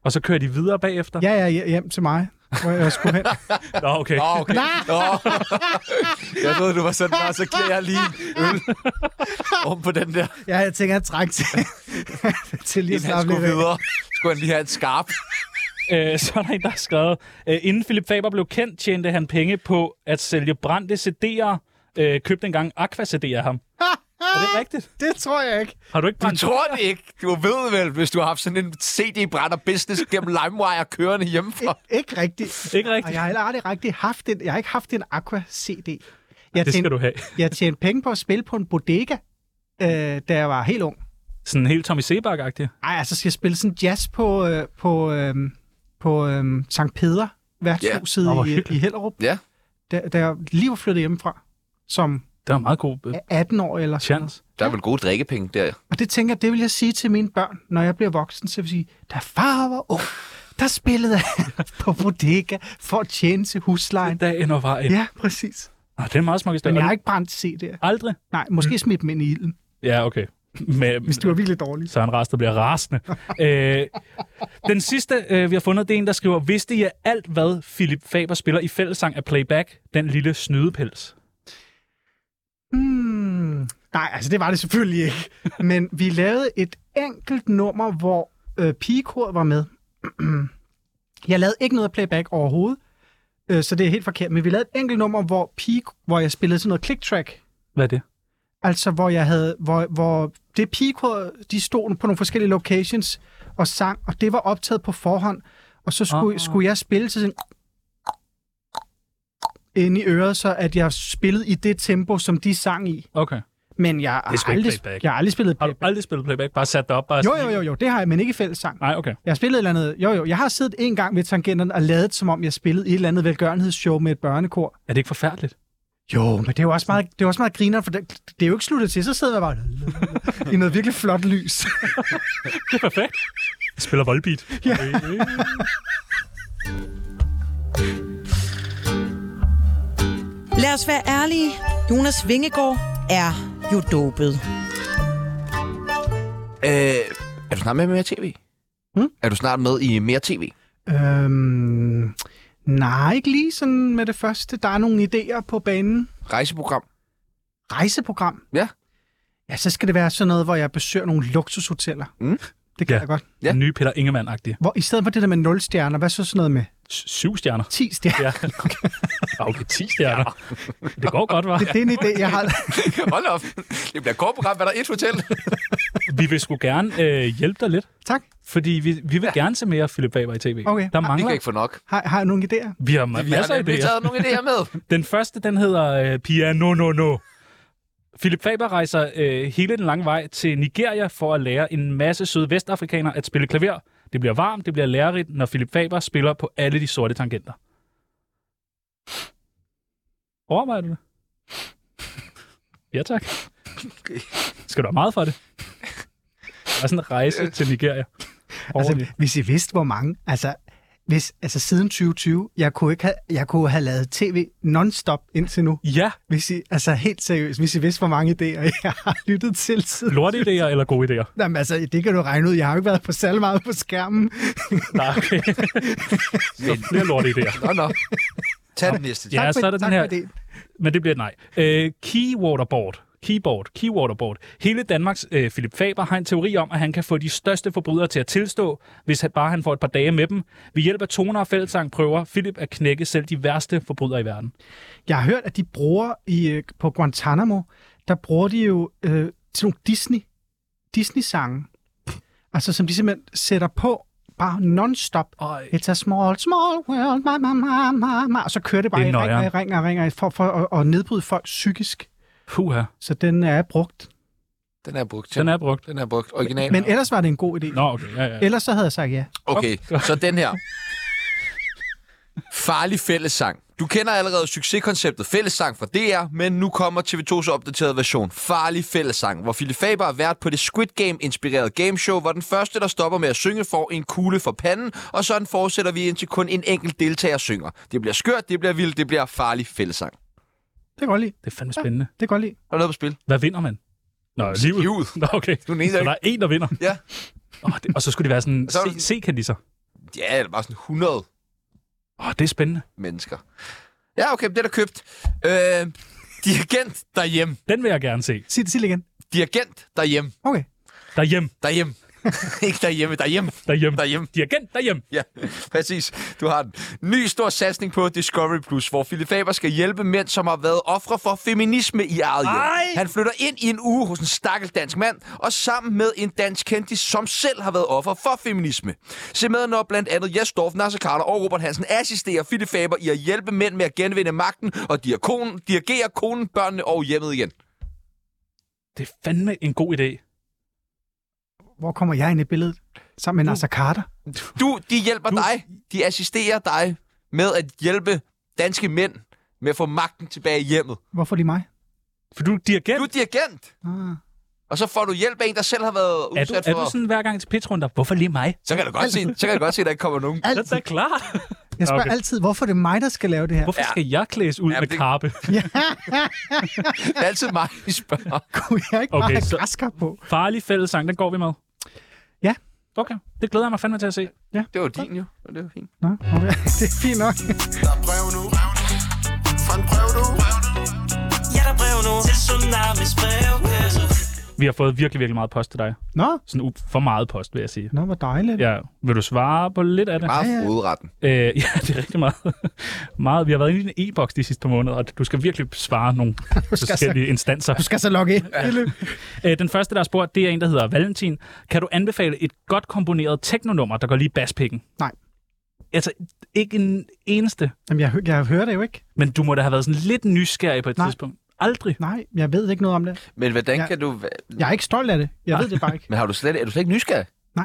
D: Og så kører de videre bagefter?
C: Ja, ja, hjem til mig, hvor jeg skulle hen.
D: Nå, okay.
A: Nå, okay. Nå. Jeg troede, du var sådan bare, så giver jeg lige en øl om på den der.
C: Ja, jeg tænker, at trække til, til lige at
A: Inden han
C: slappe
A: skulle
C: lidt af.
A: videre, skulle han lige have et skarp.
D: Øh, så er der en, der har skrevet, øh, inden Philip Faber blev kendt, tjente han penge på at sælge brændte C D'er. Øh, købte engang Aqua C D af ham. Er det rigtigt?
C: Det tror jeg ikke.
D: Har du ikke
A: Du
D: brændt
A: tror det ikke. Du ved vel, hvis du har haft sådan en C D-brænder business gennem LimeWire kørende hjemmefra.
C: Ik- ikke rigtigt.
D: Ikke
C: Og
D: rigtigt?
C: jeg har heller aldrig rigtig haft en, jeg har ikke haft en Aqua C D. Jeg
D: Det skal
C: tjente,
D: du have.
C: jeg tjente penge på at spille på en bodega, øh, da jeg var helt ung.
D: Sådan helt Tommy Sebak-agtig.
C: Ej, altså skal jeg spille sådan jazz på, øh, på, øh, på øh, Sankt Peder værtshuset
D: Ja. Nå, hvor
C: i,
D: hyggeligt.
C: i Hellerup.
A: Ja.
C: Da, da jeg lige var flyttet hjemmefra, som
D: Det var en meget god øh,
C: atten år eller sådan noget.
D: chance.
A: Der er vel gode drikkepenge der.
C: Og det tænker jeg, det vil jeg sige til mine børn, når jeg bliver voksen. Så vil jeg sige, da far var ung, der spillede han på bodega for at tjene til huslejen.
D: Dagen og vejen.
C: Ja, præcis.
D: Nå, det er en meget smuk historie.
C: Men jeg
D: Og
C: har
D: du-
C: ikke brændt C D'er.
D: Aldrig?
C: Nej, måske smidt dem ind i ilden,
D: Ja, okay. Med,
C: hvis du var virkelig dårlig.
D: så er en rest, der bliver rasende. øh, den sidste, øh, vi har fundet, det er en, der skriver, vidste I at alt, hvad Philip Faber spiller i fællessang af Playback, den lille snydepels?
C: Hmm. Nej, altså det var det selvfølgelig ikke. Men vi lavede et enkelt nummer, hvor øh, pigekoret var med. Jeg lavede ikke noget playback overhovedet, øh, så det er helt forkert. Men vi lavede et enkelt nummer, hvor, pige, hvor jeg spillede sådan noget click-track.
D: Hvad er det?
C: Altså, hvor jeg havde, hvor, hvor det pigekor, de stod på nogle forskellige locations og sang, og det var optaget på forhånd, og så skulle,
D: Ah.
C: skulle jeg spille til sådan inde i øret, så at jeg spillede i det tempo, som de sang i.
D: Okay.
C: Men jeg
D: Det er
C: har
D: sgu ikke
C: aldrig,
D: playback.
C: jeg har aldrig spillet
D: Har du
C: playback.
D: aldrig spillet Playback? Bare sat dig op? Bare
C: Jo,
D: sådan-
C: jo, jo, jo, det har jeg, men ikke fællessang.
D: Nej, okay.
C: Jeg har spillet et eller andet, jo, jo, jeg har siddet en gang ved tangenterne og lavet, som om jeg spillede i et eller andet velgørenhedsshow med et børnekor.
D: Er det ikke forfærdeligt?
C: Jo, men det er jo også meget, det er også meget griner, for det, det er jo ikke sluttet til. Så sidder jeg bare i noget virkelig flot lys.
D: Det er perfekt. Jeg spiller voldbeat.
C: Ja.
H: Lad os være ærlige. Jonas Vingegaard er jo dopet.
A: Øh, er du snart med i mere tv?
C: Hmm?
A: Er du snart med i mere tv?
C: Øhm, nej, ikke lige sådan med det første. Der er nogle idéer på banen.
A: Rejseprogram?
C: Rejseprogram?
A: Ja.
C: Ja, så skal det være sådan noget, hvor jeg besøger nogle luksushoteller.
A: Mm.
C: Det kan
D: Ja.
C: jeg godt.
A: Ja.
D: Den nye Peter Ingemann-agtige.
C: Hvor, i stedet for det der med nul stjerner, hvad så sådan noget med
D: S- Syv stjerner.
C: ti stjerner?
D: Ja. Ah, okay, ti stjerner. Det går godt, var.
C: Det, det er en idé, jeg har.
A: Hold op. Det bliver et kort program, hvad der er et hotel.
D: Vi vil sgu gerne øh, hjælpe dig lidt.
C: Tak.
D: Fordi vi, vi vil ja. gerne se mere Philip Faber i tv.
C: Okay.
D: Der
A: Vi
D: mangler...
A: kan ikke få nok.
C: Har, har jeg nogle idéer?
D: Vi har
A: Vi
D: masser
A: har
D: af
A: nemlig
D: idéer.
A: taget nogle idéer med.
D: Den første, den hedder øh, Piano No No. Philip Faber rejser øh, hele den lange vej til Nigeria for at lære en masse søde vestafrikanere at spille klaver. Det bliver varmt, det bliver lærerigt, når Philip Faber spiller på alle de sorte tangenter. Overvejer du det? Ja, tak. Skal du have meget for det? Der er sådan en rejse til Nigeria.
C: Altså, hvis I vidste, hvor mange... Altså, hvis, altså siden tyve tyve, jeg kunne, ikke have, jeg kunne have lavet tv non-stop indtil nu.
D: Ja,
C: Hvis I, altså helt seriøst, hvis I vidste, hvor mange idéer jeg har lyttet til siden.
D: lorteidéer eller gode idéer?
C: Jamen altså, det kan du regne ud. Jeg har jo ikke været på særlig meget på skærmen.
D: Nej, okay. Så flere lorteidéer.
A: Nå, nå. Tag den næste.
D: Ja,
C: Tak for-
D: så er der
C: tak
D: den her...
C: for idéen.
D: Men det bliver et nej. Øh, keywaterboard. Keyboard. Keywaterboard. Hele Danmarks øh, Philip Faber har en teori om, at han kan få de største forbrydere til at tilstå, hvis han, bare han får et par dage med dem. Ved hjælp af toner og fællessang prøver Philip at knække selv de værste forbrydere i verden.
C: Jeg har hørt, at de bruger i, øh, på Guantanamo, der bruger de jo øh, til nogle Disney, Disney-sange. Altså, som de simpelthen sætter på bare non-stop.
D: Øj.
C: It's a small, small world, ma, ma, ma, ma, ma. Og så kører det bare
D: Det er
C: i ring og i
D: nøjeren.
C: ring og ring og for, for at, at nedbryde folk psykisk.
D: Puha.
C: Så den er brugt.
A: Den er brugt.
D: Den er brugt.
A: Den er brugt. Original.
C: Men ellers var det en god idé.
D: Nå, okay. Ja, ja.
C: Ellers så havde jeg sagt ja.
A: Okay, så den her. Farlig fællessang. Du kender allerede succeskonceptet fællessang fra D R, men nu kommer T V to's opdaterede version. Farlig fællessang, hvor Philip Faber er vært på det Squid Game-inspirerede gameshow, hvor den første, der stopper med at synge, får en kugle for panden, og sådan fortsætter vi indtil kun en enkelt deltager synger. Det bliver skørt, det bliver vildt, det bliver farlig fællessang.
C: Det kan jeg godt lide.
D: Det er fandme spændende.
C: Det kan jeg godt lide.
A: Har du noget på spil?
D: Hvad vinder man? Nå, livet.
A: Livet.
D: Nå, okay.
A: Du er den ene,
D: Så
A: der
D: der er en, der vinder.
A: Ja.
D: Oh, det, og så skulle de være sådan
A: Så er du-
D: C-kendiser.
A: Ja, det var sådan hundrede
D: Åh, oh, det er spændende.
A: mennesker. Ja, okay, det er der købt. Øh, dirigent derhjemme.
D: Den vil jeg gerne se.
C: Sig det, sig det igen.
A: Dirigent derhjemme.
C: Okay.
D: Derhjemme.
A: Derhjemme. Ikke derhjemme, derhjemme.
D: Derhjemme.
A: Derhjemme.
D: Dirigent derhjemme.
A: Ja, præcis. Du har en ny stor satsning på Discovery Plus, hvor Philip Faber skal hjælpe mænd, som har været ofre for feminisme i eget hjem. Han flytter ind i en uge hos en stakkels dansk mand, og sammen med en dansk kendis, som selv har været offer for feminisme. Se med, når blandt andet Jes Dorf, Nasser Carter og Robert Hansen assisterer Philip Faber i at hjælpe mænd med at genvinde magten og dirigere, dirigere konen, børnene og hjemmet igen.
D: Det er fandme en god idé.
C: Hvor kommer jeg ind i billedet? Sammen med Nasser Carter?
A: Du, de hjælper
D: Du-
A: dig. De assisterer dig med at hjælpe danske mænd med at få magten tilbage i hjemmet.
C: Hvorfor lige mig?
D: For du er dirigent.
A: Du er dirigent.
C: Ah.
A: Og så får du hjælp af en, der selv har været
D: Er du,
A: udsat
D: er
A: for...
D: du sådan hver gang til pitchrunder? Hvorfor lige mig?
A: Så kan du godt se, så kan du godt se, at der ikke kommer nogen.
D: Det er da klart.
C: Jeg spørger
D: Okay.
C: altid, hvorfor er det mig, der skal lave det her?
D: Hvorfor skal jeg klædes ud
A: Ja,
D: med
A: det-
D: karpe?
A: Det er altid mig, vi spørger.
C: Kunne jeg ikke
D: Okay,
C: bare have
D: så-
C: græskar på?
D: Farlig fællessang, den går vi med.
C: Ja.
D: Okay, det glæder jeg mig fandme til at se.
A: Det var din jo, og det var fint.
C: Nå, okay. Det er fint nok.
B: Der er brev nu. Fra en brev nu. Ja, der er brev nu. Til Tsunamis brevkasse.
D: Vi har fået virkelig, virkelig meget post til dig.
C: Nå,
D: Sådan u- for meget post, vil jeg sige.
C: nå, hvor dejligt.
D: Ja, vil du svare på lidt af det?
A: Meget
C: Ja, ja.
A: fodretten.
D: Øh, ja, det er rigtig meget. meget. Vi har været inde i en e-boks de sidste par måneder, og du skal virkelig svare nogle forskellige instanser.
C: Du skal så logge ind. Ja.
D: Øh, den første, der er spurgt, det er en, der hedder Valentin. Kan du anbefale et godt komponeret teknonummer, der går lige baspikken?
C: Nej.
D: Altså, ikke en eneste.
C: Jamen, jeg, hø- jeg hører det jo ikke.
D: Men du må da have været sådan lidt nysgerrig på et
C: Nej.
D: tidspunkt. Aldrig.
C: Nej, jeg ved ikke noget om det.
A: Men hvordan
C: Ja.
A: kan du...
C: Jeg er ikke stolt af det. Jeg ved det bare ikke.
A: Men har du slet, er du slet ikke nysgerrig?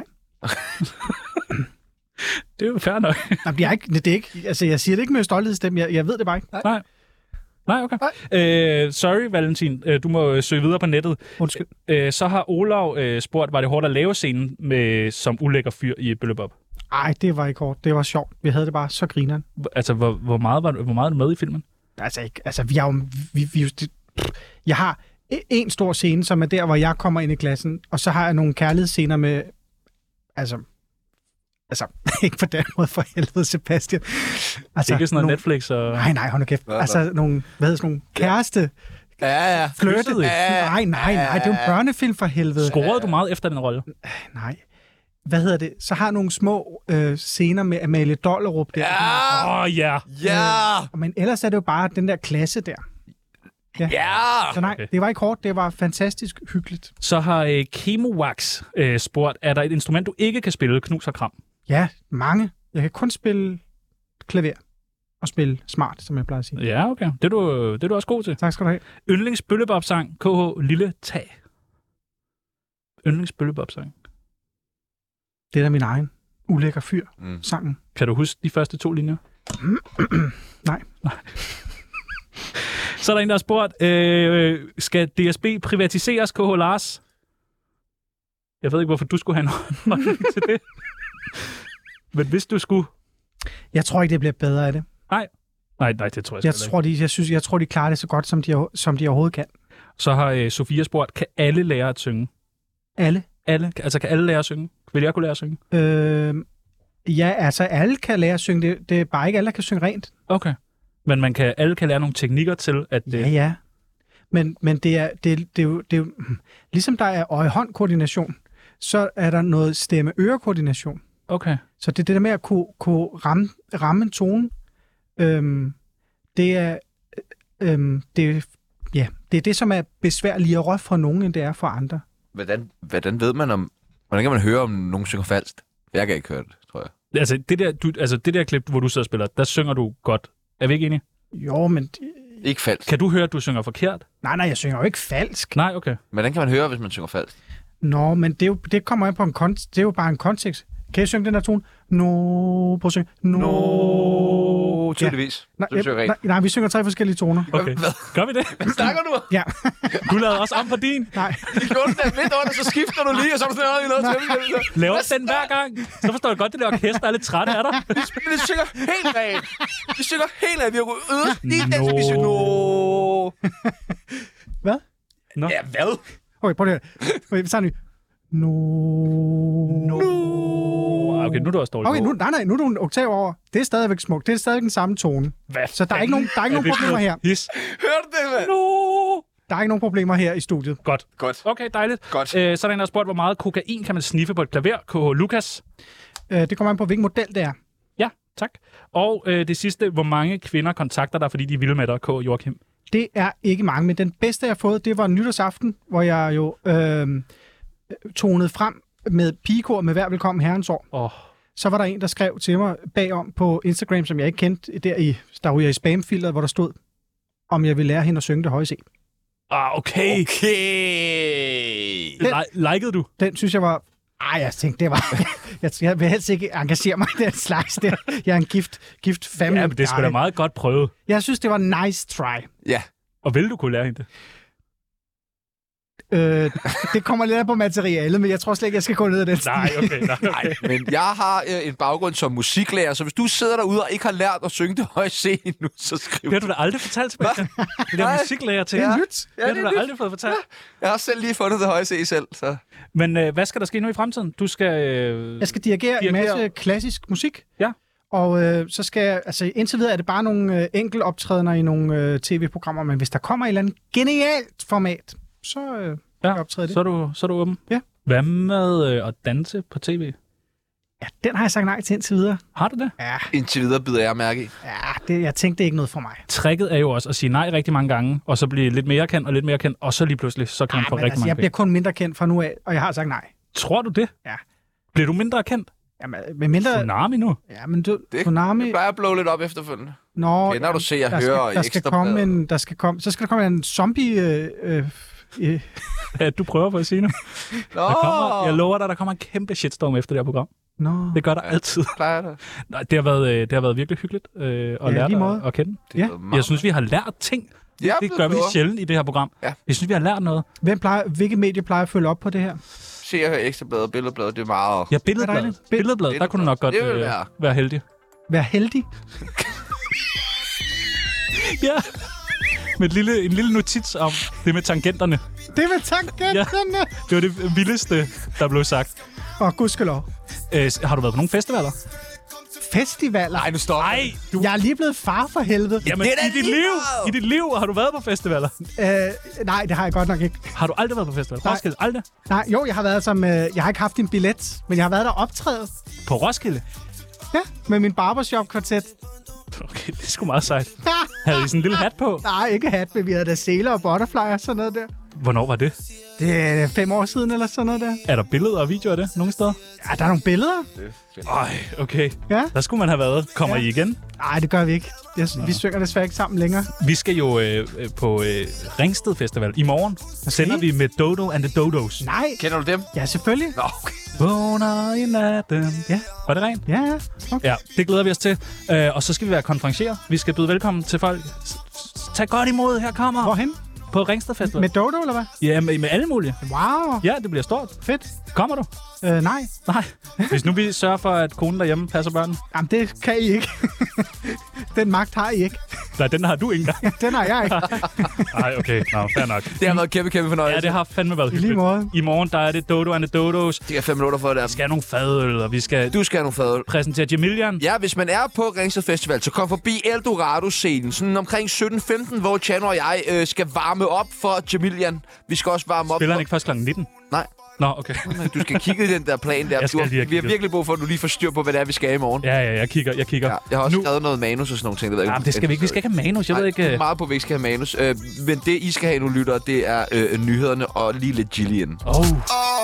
D: Det er jo fair nok.
C: Jamen, jeg er ikke, det er ikke, altså, jeg siger det ikke med stolthedsstemme. Jeg, jeg ved det bare ikke.
D: Nej. Nej, okay. Øh, sorry, Valentin. Øh, Du må øh, søge videre på nettet.
C: Undskyld.
D: Øh, så har Olav øh, spurgt, var det hårdt at lave scenen med, som ulækker fyr i Bøllebob?
C: Ej, det var ikke hårdt. Det var sjovt. Vi havde det bare så grineren.
D: Altså, hvor, hvor, meget var, hvor meget er du med i filmen?
C: Altså, ikke, altså vi har jo... Vi, vi, det, jeg har e- en stor scene, som er der, hvor jeg kommer ind i klassen, og så har jeg nogle kærlighedsscener med... Altså... Altså, ikke på den måde for helvede, Sebastian. Altså,
D: Ikke sådan noget
C: nogle,
D: Netflix og...
C: Nej, nej, hold nu kæft.
A: Hvad,
C: Altså, nogle, hvad hedder sådan nogle kæreste...
A: Ja, ja.
C: Flirte.
D: Kyssede I?
C: Nej, nej, nej, det er jo en børnefilm for helvede.
D: Scorede du meget efter den rolle?
C: Nej. Hvad hedder det? Så har nogle små øh, scener med Amalie Dollerup der.
A: Ja!
D: Åh, oh, ja.
A: Ja!
C: Men ellers er det jo bare den der klasse der.
A: Ja!
C: Så nej,
D: Okay.
C: det var ikke hårdt. Det var fantastisk hyggeligt.
D: Så har øh, Chemowax øh, spurgt, er der et instrument, du ikke kan spille, knus og kram?
C: Ja, mange. Jeg kan kun spille klaver og spille smart, som jeg plejer at sige.
D: Ja, okay. Det er du, det er du også god til.
C: Tak skal du have.
D: Yndlingsbøllebop-sang, K H Lille Tag. Yndlingsbøllebop-sang.
C: Det er da min egen ulækker fyr,
A: Mm.
C: sangen.
D: Kan du huske de første to linjer?
C: Nej.
D: Så er der en, der har spurgt, øh, skal D S B privatiseres, K H Lars? Jeg ved ikke, hvorfor du skulle have en holdning til det. Men hvis du skulle...
C: Jeg tror ikke, det bliver bedre af det.
D: Nej, nej, det tror jeg,
C: Jeg
D: sgu
C: tror, de, jeg, synes, jeg tror, de klarer det så godt, som de, som de overhovedet kan.
D: Så har øh, Sofia spurgt, kan alle lære at synge?
C: Alle.
D: Alle? Altså, kan alle lære at synge? Vil jeg kunne lære at synge?
C: Øh, ja, altså alle kan lære at synge. Det, det er bare ikke alle, der kan synge rent.
D: Okay. Men man kan, alle kan lære nogle teknikker til, at det...
C: Ja, ja. Men, men det, er, det, det, er jo, det er jo... Ligesom der er øje-hånd-koordination, så er der noget stemme-øre-koordination.
D: Okay.
C: Så det er det der med at kunne, kunne ramme, ramme en tone. Øhm, det er... Øhm, det, ja, det er det, som er besværligere for nogen, end det er for andre.
A: Hvordan, hvordan ved man om... Hvordan kan man høre, om nogen synger falsk? Jeg kan ikke høre det, tror jeg.
D: Altså det, der, du, altså, det der klip, hvor du sidder og spiller, der synger du godt. Er vi ikke enige?
C: Jo, men...
A: Ikke falsk.
D: Kan du høre, at du synger forkert?
C: Nej, nej, jeg synger jo ikke falsk.
D: Nej, okay.
A: Hvordan kan man høre, hvis man synger falsk?
C: Nå, men det, er jo, det kommer an på en kontekst. Det er jo bare en kontekst. Kan jeg synge den der tone? No, prøv at synge. No.
A: Nå, tydeligvis.
C: Nej,
A: Så du synger
C: nej,
A: rent.
C: nej, vi synger tre forskellige toner.
D: okay. Gør vi det?
A: Hvad snakker du om?
C: Ja,
D: Du lavede også om på din.
C: nej.
A: I gjorde den der lidt under, så skifter du lige, og så er du sådan noget, noget til.
D: Laver den hver gang. Så forstår jeg godt, det der orkester er lidt træt af dig.
A: Vi synger helt rent. Vi synger helt rent. Vi har øvet lige den, så vi synger. Nå.
C: Hvad?
D: Nå.
A: Ja, hvad?
C: Okay, prøv det her. Okay, vi tager en ny. No.
D: No. Okay, nu er du også dårlig.
C: Okay, nu, nej, nej, nu er du en oktav over. Det er stadigvæk smukt. Det er stadigvæk den samme tone.
D: Hvad
C: Så der er ikke nogen, der er ikke nogen problemer her.
D: His.
A: Hørte det, mand?
D: No.
C: Der er ikke nogen problemer her i studiet.
D: Godt.
A: Godt.
D: Okay, dejligt.
A: Godt.
D: Øh, så er der en, der har spurgt, hvor meget kokain kan man sniffe på et klaver? K H. Lukas.
C: Øh, det kommer an på, hvilken model det er.
D: Ja, tak. Og øh, det sidste, hvor mange kvinder kontakter dig, fordi de vil med dig, K. Joachim?
C: Det er ikke mange, men den bedste, jeg har fået, det var nytårsaften, hvor jeg jo øh, tonede frem med pigekor med hver velkommen herrens år.
D: Oh.
C: Så var der en, der skrev til mig bagom på Instagram, som jeg ikke kendte, der, i, der ryger i spamfilteret, hvor der stod, om jeg ville lære hende at synge det høje C.
D: Ah, okay.
A: Okay.
C: Den-
D: Li- likede du?
C: Den synes jeg var... Ej, jeg tænkte, det var... jeg, jeg vil helst ikke engagere mig i den slags der. Jeg er en gift, gift family
D: Ja, men det skulle da
C: guy.
D: meget godt prøve.
C: Jeg synes, det var nice try.
A: Ja.
D: Og vil du kunne lære hende det?
C: Øh, det kommer lidt af på materialet, men jeg tror slet ikke, jeg skal gå ned ad den sti.
D: Nej, okay. Nej, okay.
A: Nej, men jeg har øh, en baggrund som musiklærer, så hvis du sidder derude og ikke har lært at synge det høje C endnu, så skriv.
D: Det har du da aldrig fortalt til mig. Det der
A: Nej.
D: musiklærer til.
C: Det er
A: Ja.
C: nyt.
D: Det har
A: det
D: du
A: er
D: da
A: nyt.
D: aldrig fået fortalt.
A: Jeg har selv lige fundet det høje C selv, så...
D: Men øh, hvad skal der ske nu i fremtiden? Du skal... Øh...
C: Jeg skal dirigere,
D: Dirigere.
C: en masse klassisk musik.
D: Ja.
C: Og øh, så skal jeg, altså indtil videre er det bare nogle øh, enkelte optrædener i nogle øh, tv-programmer, men hvis der kommer et eller andet genialt format, så øh, kan
D: Ja,
C: jeg optræde det.
D: Så er du, så er du åben?
C: Ja.
D: Hvad med øh, at danse på tv?
C: Ja, den har jeg sagt nej til indtil videre.
D: Har du det?
C: Ja,
A: Indtil videre bider jeg mærke i.
C: ja det, jeg tænkte, det er ikke noget for mig.
D: Tricket er jo også at sige nej rigtig mange gange, og så blive lidt mere kendt og lidt mere kendt, og så lige pludselig, så kan man
C: Ej,
D: få
C: men
D: rigtig
C: altså,
D: mange
C: jeg bliver
D: penge.
C: kun mindre kendt fra nu af, og jeg har sagt nej.
D: Tror du det?
C: Ja.
D: Bliver du mindre kendt?
C: Jamen, med mindre...
D: Tsunami nu?
C: Ja, men du,
A: Det,
C: Tsunami...
A: det plejer at blå lidt op efterfølgende.
C: Nå,
A: Kender du se og
C: der
A: høre
C: skal, der
A: i
C: skal
A: Ekstra
C: komme
A: Bladet?
C: en, der skal komme, så skal der komme en zombie... Øh, øh, øh,
D: Ja, du prøver på at sige nu.
A: Nå,
D: Der kommer, jeg lover dig, der kommer en kæmpe shitstorm efter det her program.
C: Nå.
D: Det gør der altid.
A: plejer det.
D: Nej, det har været, øh, det har været virkelig hyggeligt øh, at
C: Ja,
D: lære
C: lige
D: dig
C: måde.
D: at, at kende.
A: Det er
C: Ja.
A: blevet meget-
D: Jeg synes, vi har lært ting.
A: Jeg er
D: Det
A: blevet
D: gør vi
A: klogere.
D: sjældent i det her program.
A: Ja.
D: Jeg synes, vi har lært noget.
C: Hvem plejer, hvilke medier plejer at følge op på det her?
A: Se og høre Ekstrabladet og Billedbladet, det er meget...
D: Ja, billedbladet.
C: dejligt. Bill-
D: Billedbladet, der kunne du nok godt
A: Det vil
D: øh,
A: være.
D: være heldig.
C: Vær heldig.
D: Ja. Med et lille, en lille notits om det med tangenterne.
C: Det vil tangenterne. Ja.
D: Det var det vildeste, der blev sagt.
C: Og gudskelov.
D: Øh, har du været på nogle festivaler?
C: Festivaler.
A: Nej, nu stopper
D: Nej, du...
C: Jeg er lige blevet far for helvede.
D: Jamen,
A: Det er da
D: i dit
A: lige
D: liv,
A: meget.
D: i dit liv har du været på festivaler.
C: Øh, nej, det har jeg godt nok ikke.
D: Har du aldrig været på festivaler?
C: Nej.
D: Roskilde? Aldrig?
C: Nej, jo, jeg har været som... Øh, jeg har ikke haft en billet, men jeg har været der optrædet.
D: På Roskilde?
C: Ja, med min barbershop-kvartet.
D: Okay, det er sgu meget sejt.
C: Ja.
D: Havde I sådan en lille hat på?
C: Nej, ikke hat, men vi havde da seler og butterfly og sådan noget der.
D: Hvornår var det?
C: Det er fem år siden eller sådan noget der.
D: Er der billeder og videoer af det nogle steder?
C: Ja, der er nogle billeder.
D: Ej, okay.
C: Ja.
D: Der skulle man have været. Kommer
C: Ja.
D: I igen?
C: Nej, det gør vi ikke. Jeg, vi synger desværre ikke sammen længere.
D: Vi skal jo øh, øh, på øh, Ringsted Festival i morgen. Så sender vi med Dodo and the Dodos.
C: Nej.
A: Kender du dem?
C: Ja, selvfølgelig.
A: Nå, okay.
D: Vågner i natten.
C: Ja.
D: Var det rent?
C: Ja, ja. Okay.
D: Ja, det glæder vi os til. Øh, og så skal vi være konferencier. Vi skal byde velkommen til folk. S- s- Tag godt imod, her kommer.
C: Hvorhen?
D: På Ringsted Festival.
C: Med Dodo, eller hvad?
D: Ja, med, med alle mulige.
C: Wow.
D: Ja, det bliver stort.
C: Fedt.
D: Kommer du?
C: Øh, nej.
D: Nej. Hvis nu vi sørger for, at konen derhjemme passer børnene.
C: Jamen, det kan I ikke. Den magt har I ikke.
D: Nej, den har du ikke engang.
C: Den har jeg ikke.
D: Nej, okay. Nå, fair nok.
A: Det har været kæmpe, kæmpe fornøjelse.
D: Ja, det har fandme været
C: I lige
D: hyggeligt.
C: måde.
D: I morgen, der er det Dodo and the Dodos.
A: Det er fem minutter for det.
D: Vi skal have nogle fadøl, og vi skal
A: Du skal have nogle fadøl.
D: præsentere Jamilian.
A: Ja, hvis man er på Ringsted Festival, så kom forbi Eldorado-scenen, sådan omkring sytten femten, hvor Chano og jeg øh, skal varme op for Jamilian. Vi skal også varme op
D: Spiller han
A: for...
D: ikke først klokken nitten?
A: Nej,
D: Nå, okay.
A: du skal kigge i den der plan der.
D: Jeg skal
A: Du har,
D: lige have
A: vi har
D: kigget.
A: virkelig brug for, at du lige får styr på, hvad det er, vi skal i morgen.
D: Ja, ja, jeg kigger, jeg kigger.
A: Ja, jeg har også
D: Nu-
A: skrevet noget manus og sådan nogle ting. Det, ved jeg
D: Jamen, det skal vi ikke. Vi skal ikke have manus. Jeg
A: Nej,
D: ved
A: det er
D: ikke...
A: meget på, at vi ikke skal have manus. Øh, men det, I skal have nu, lytter, det er øh, nyhederne og lige lidt Gillian.
D: Åh. Oh.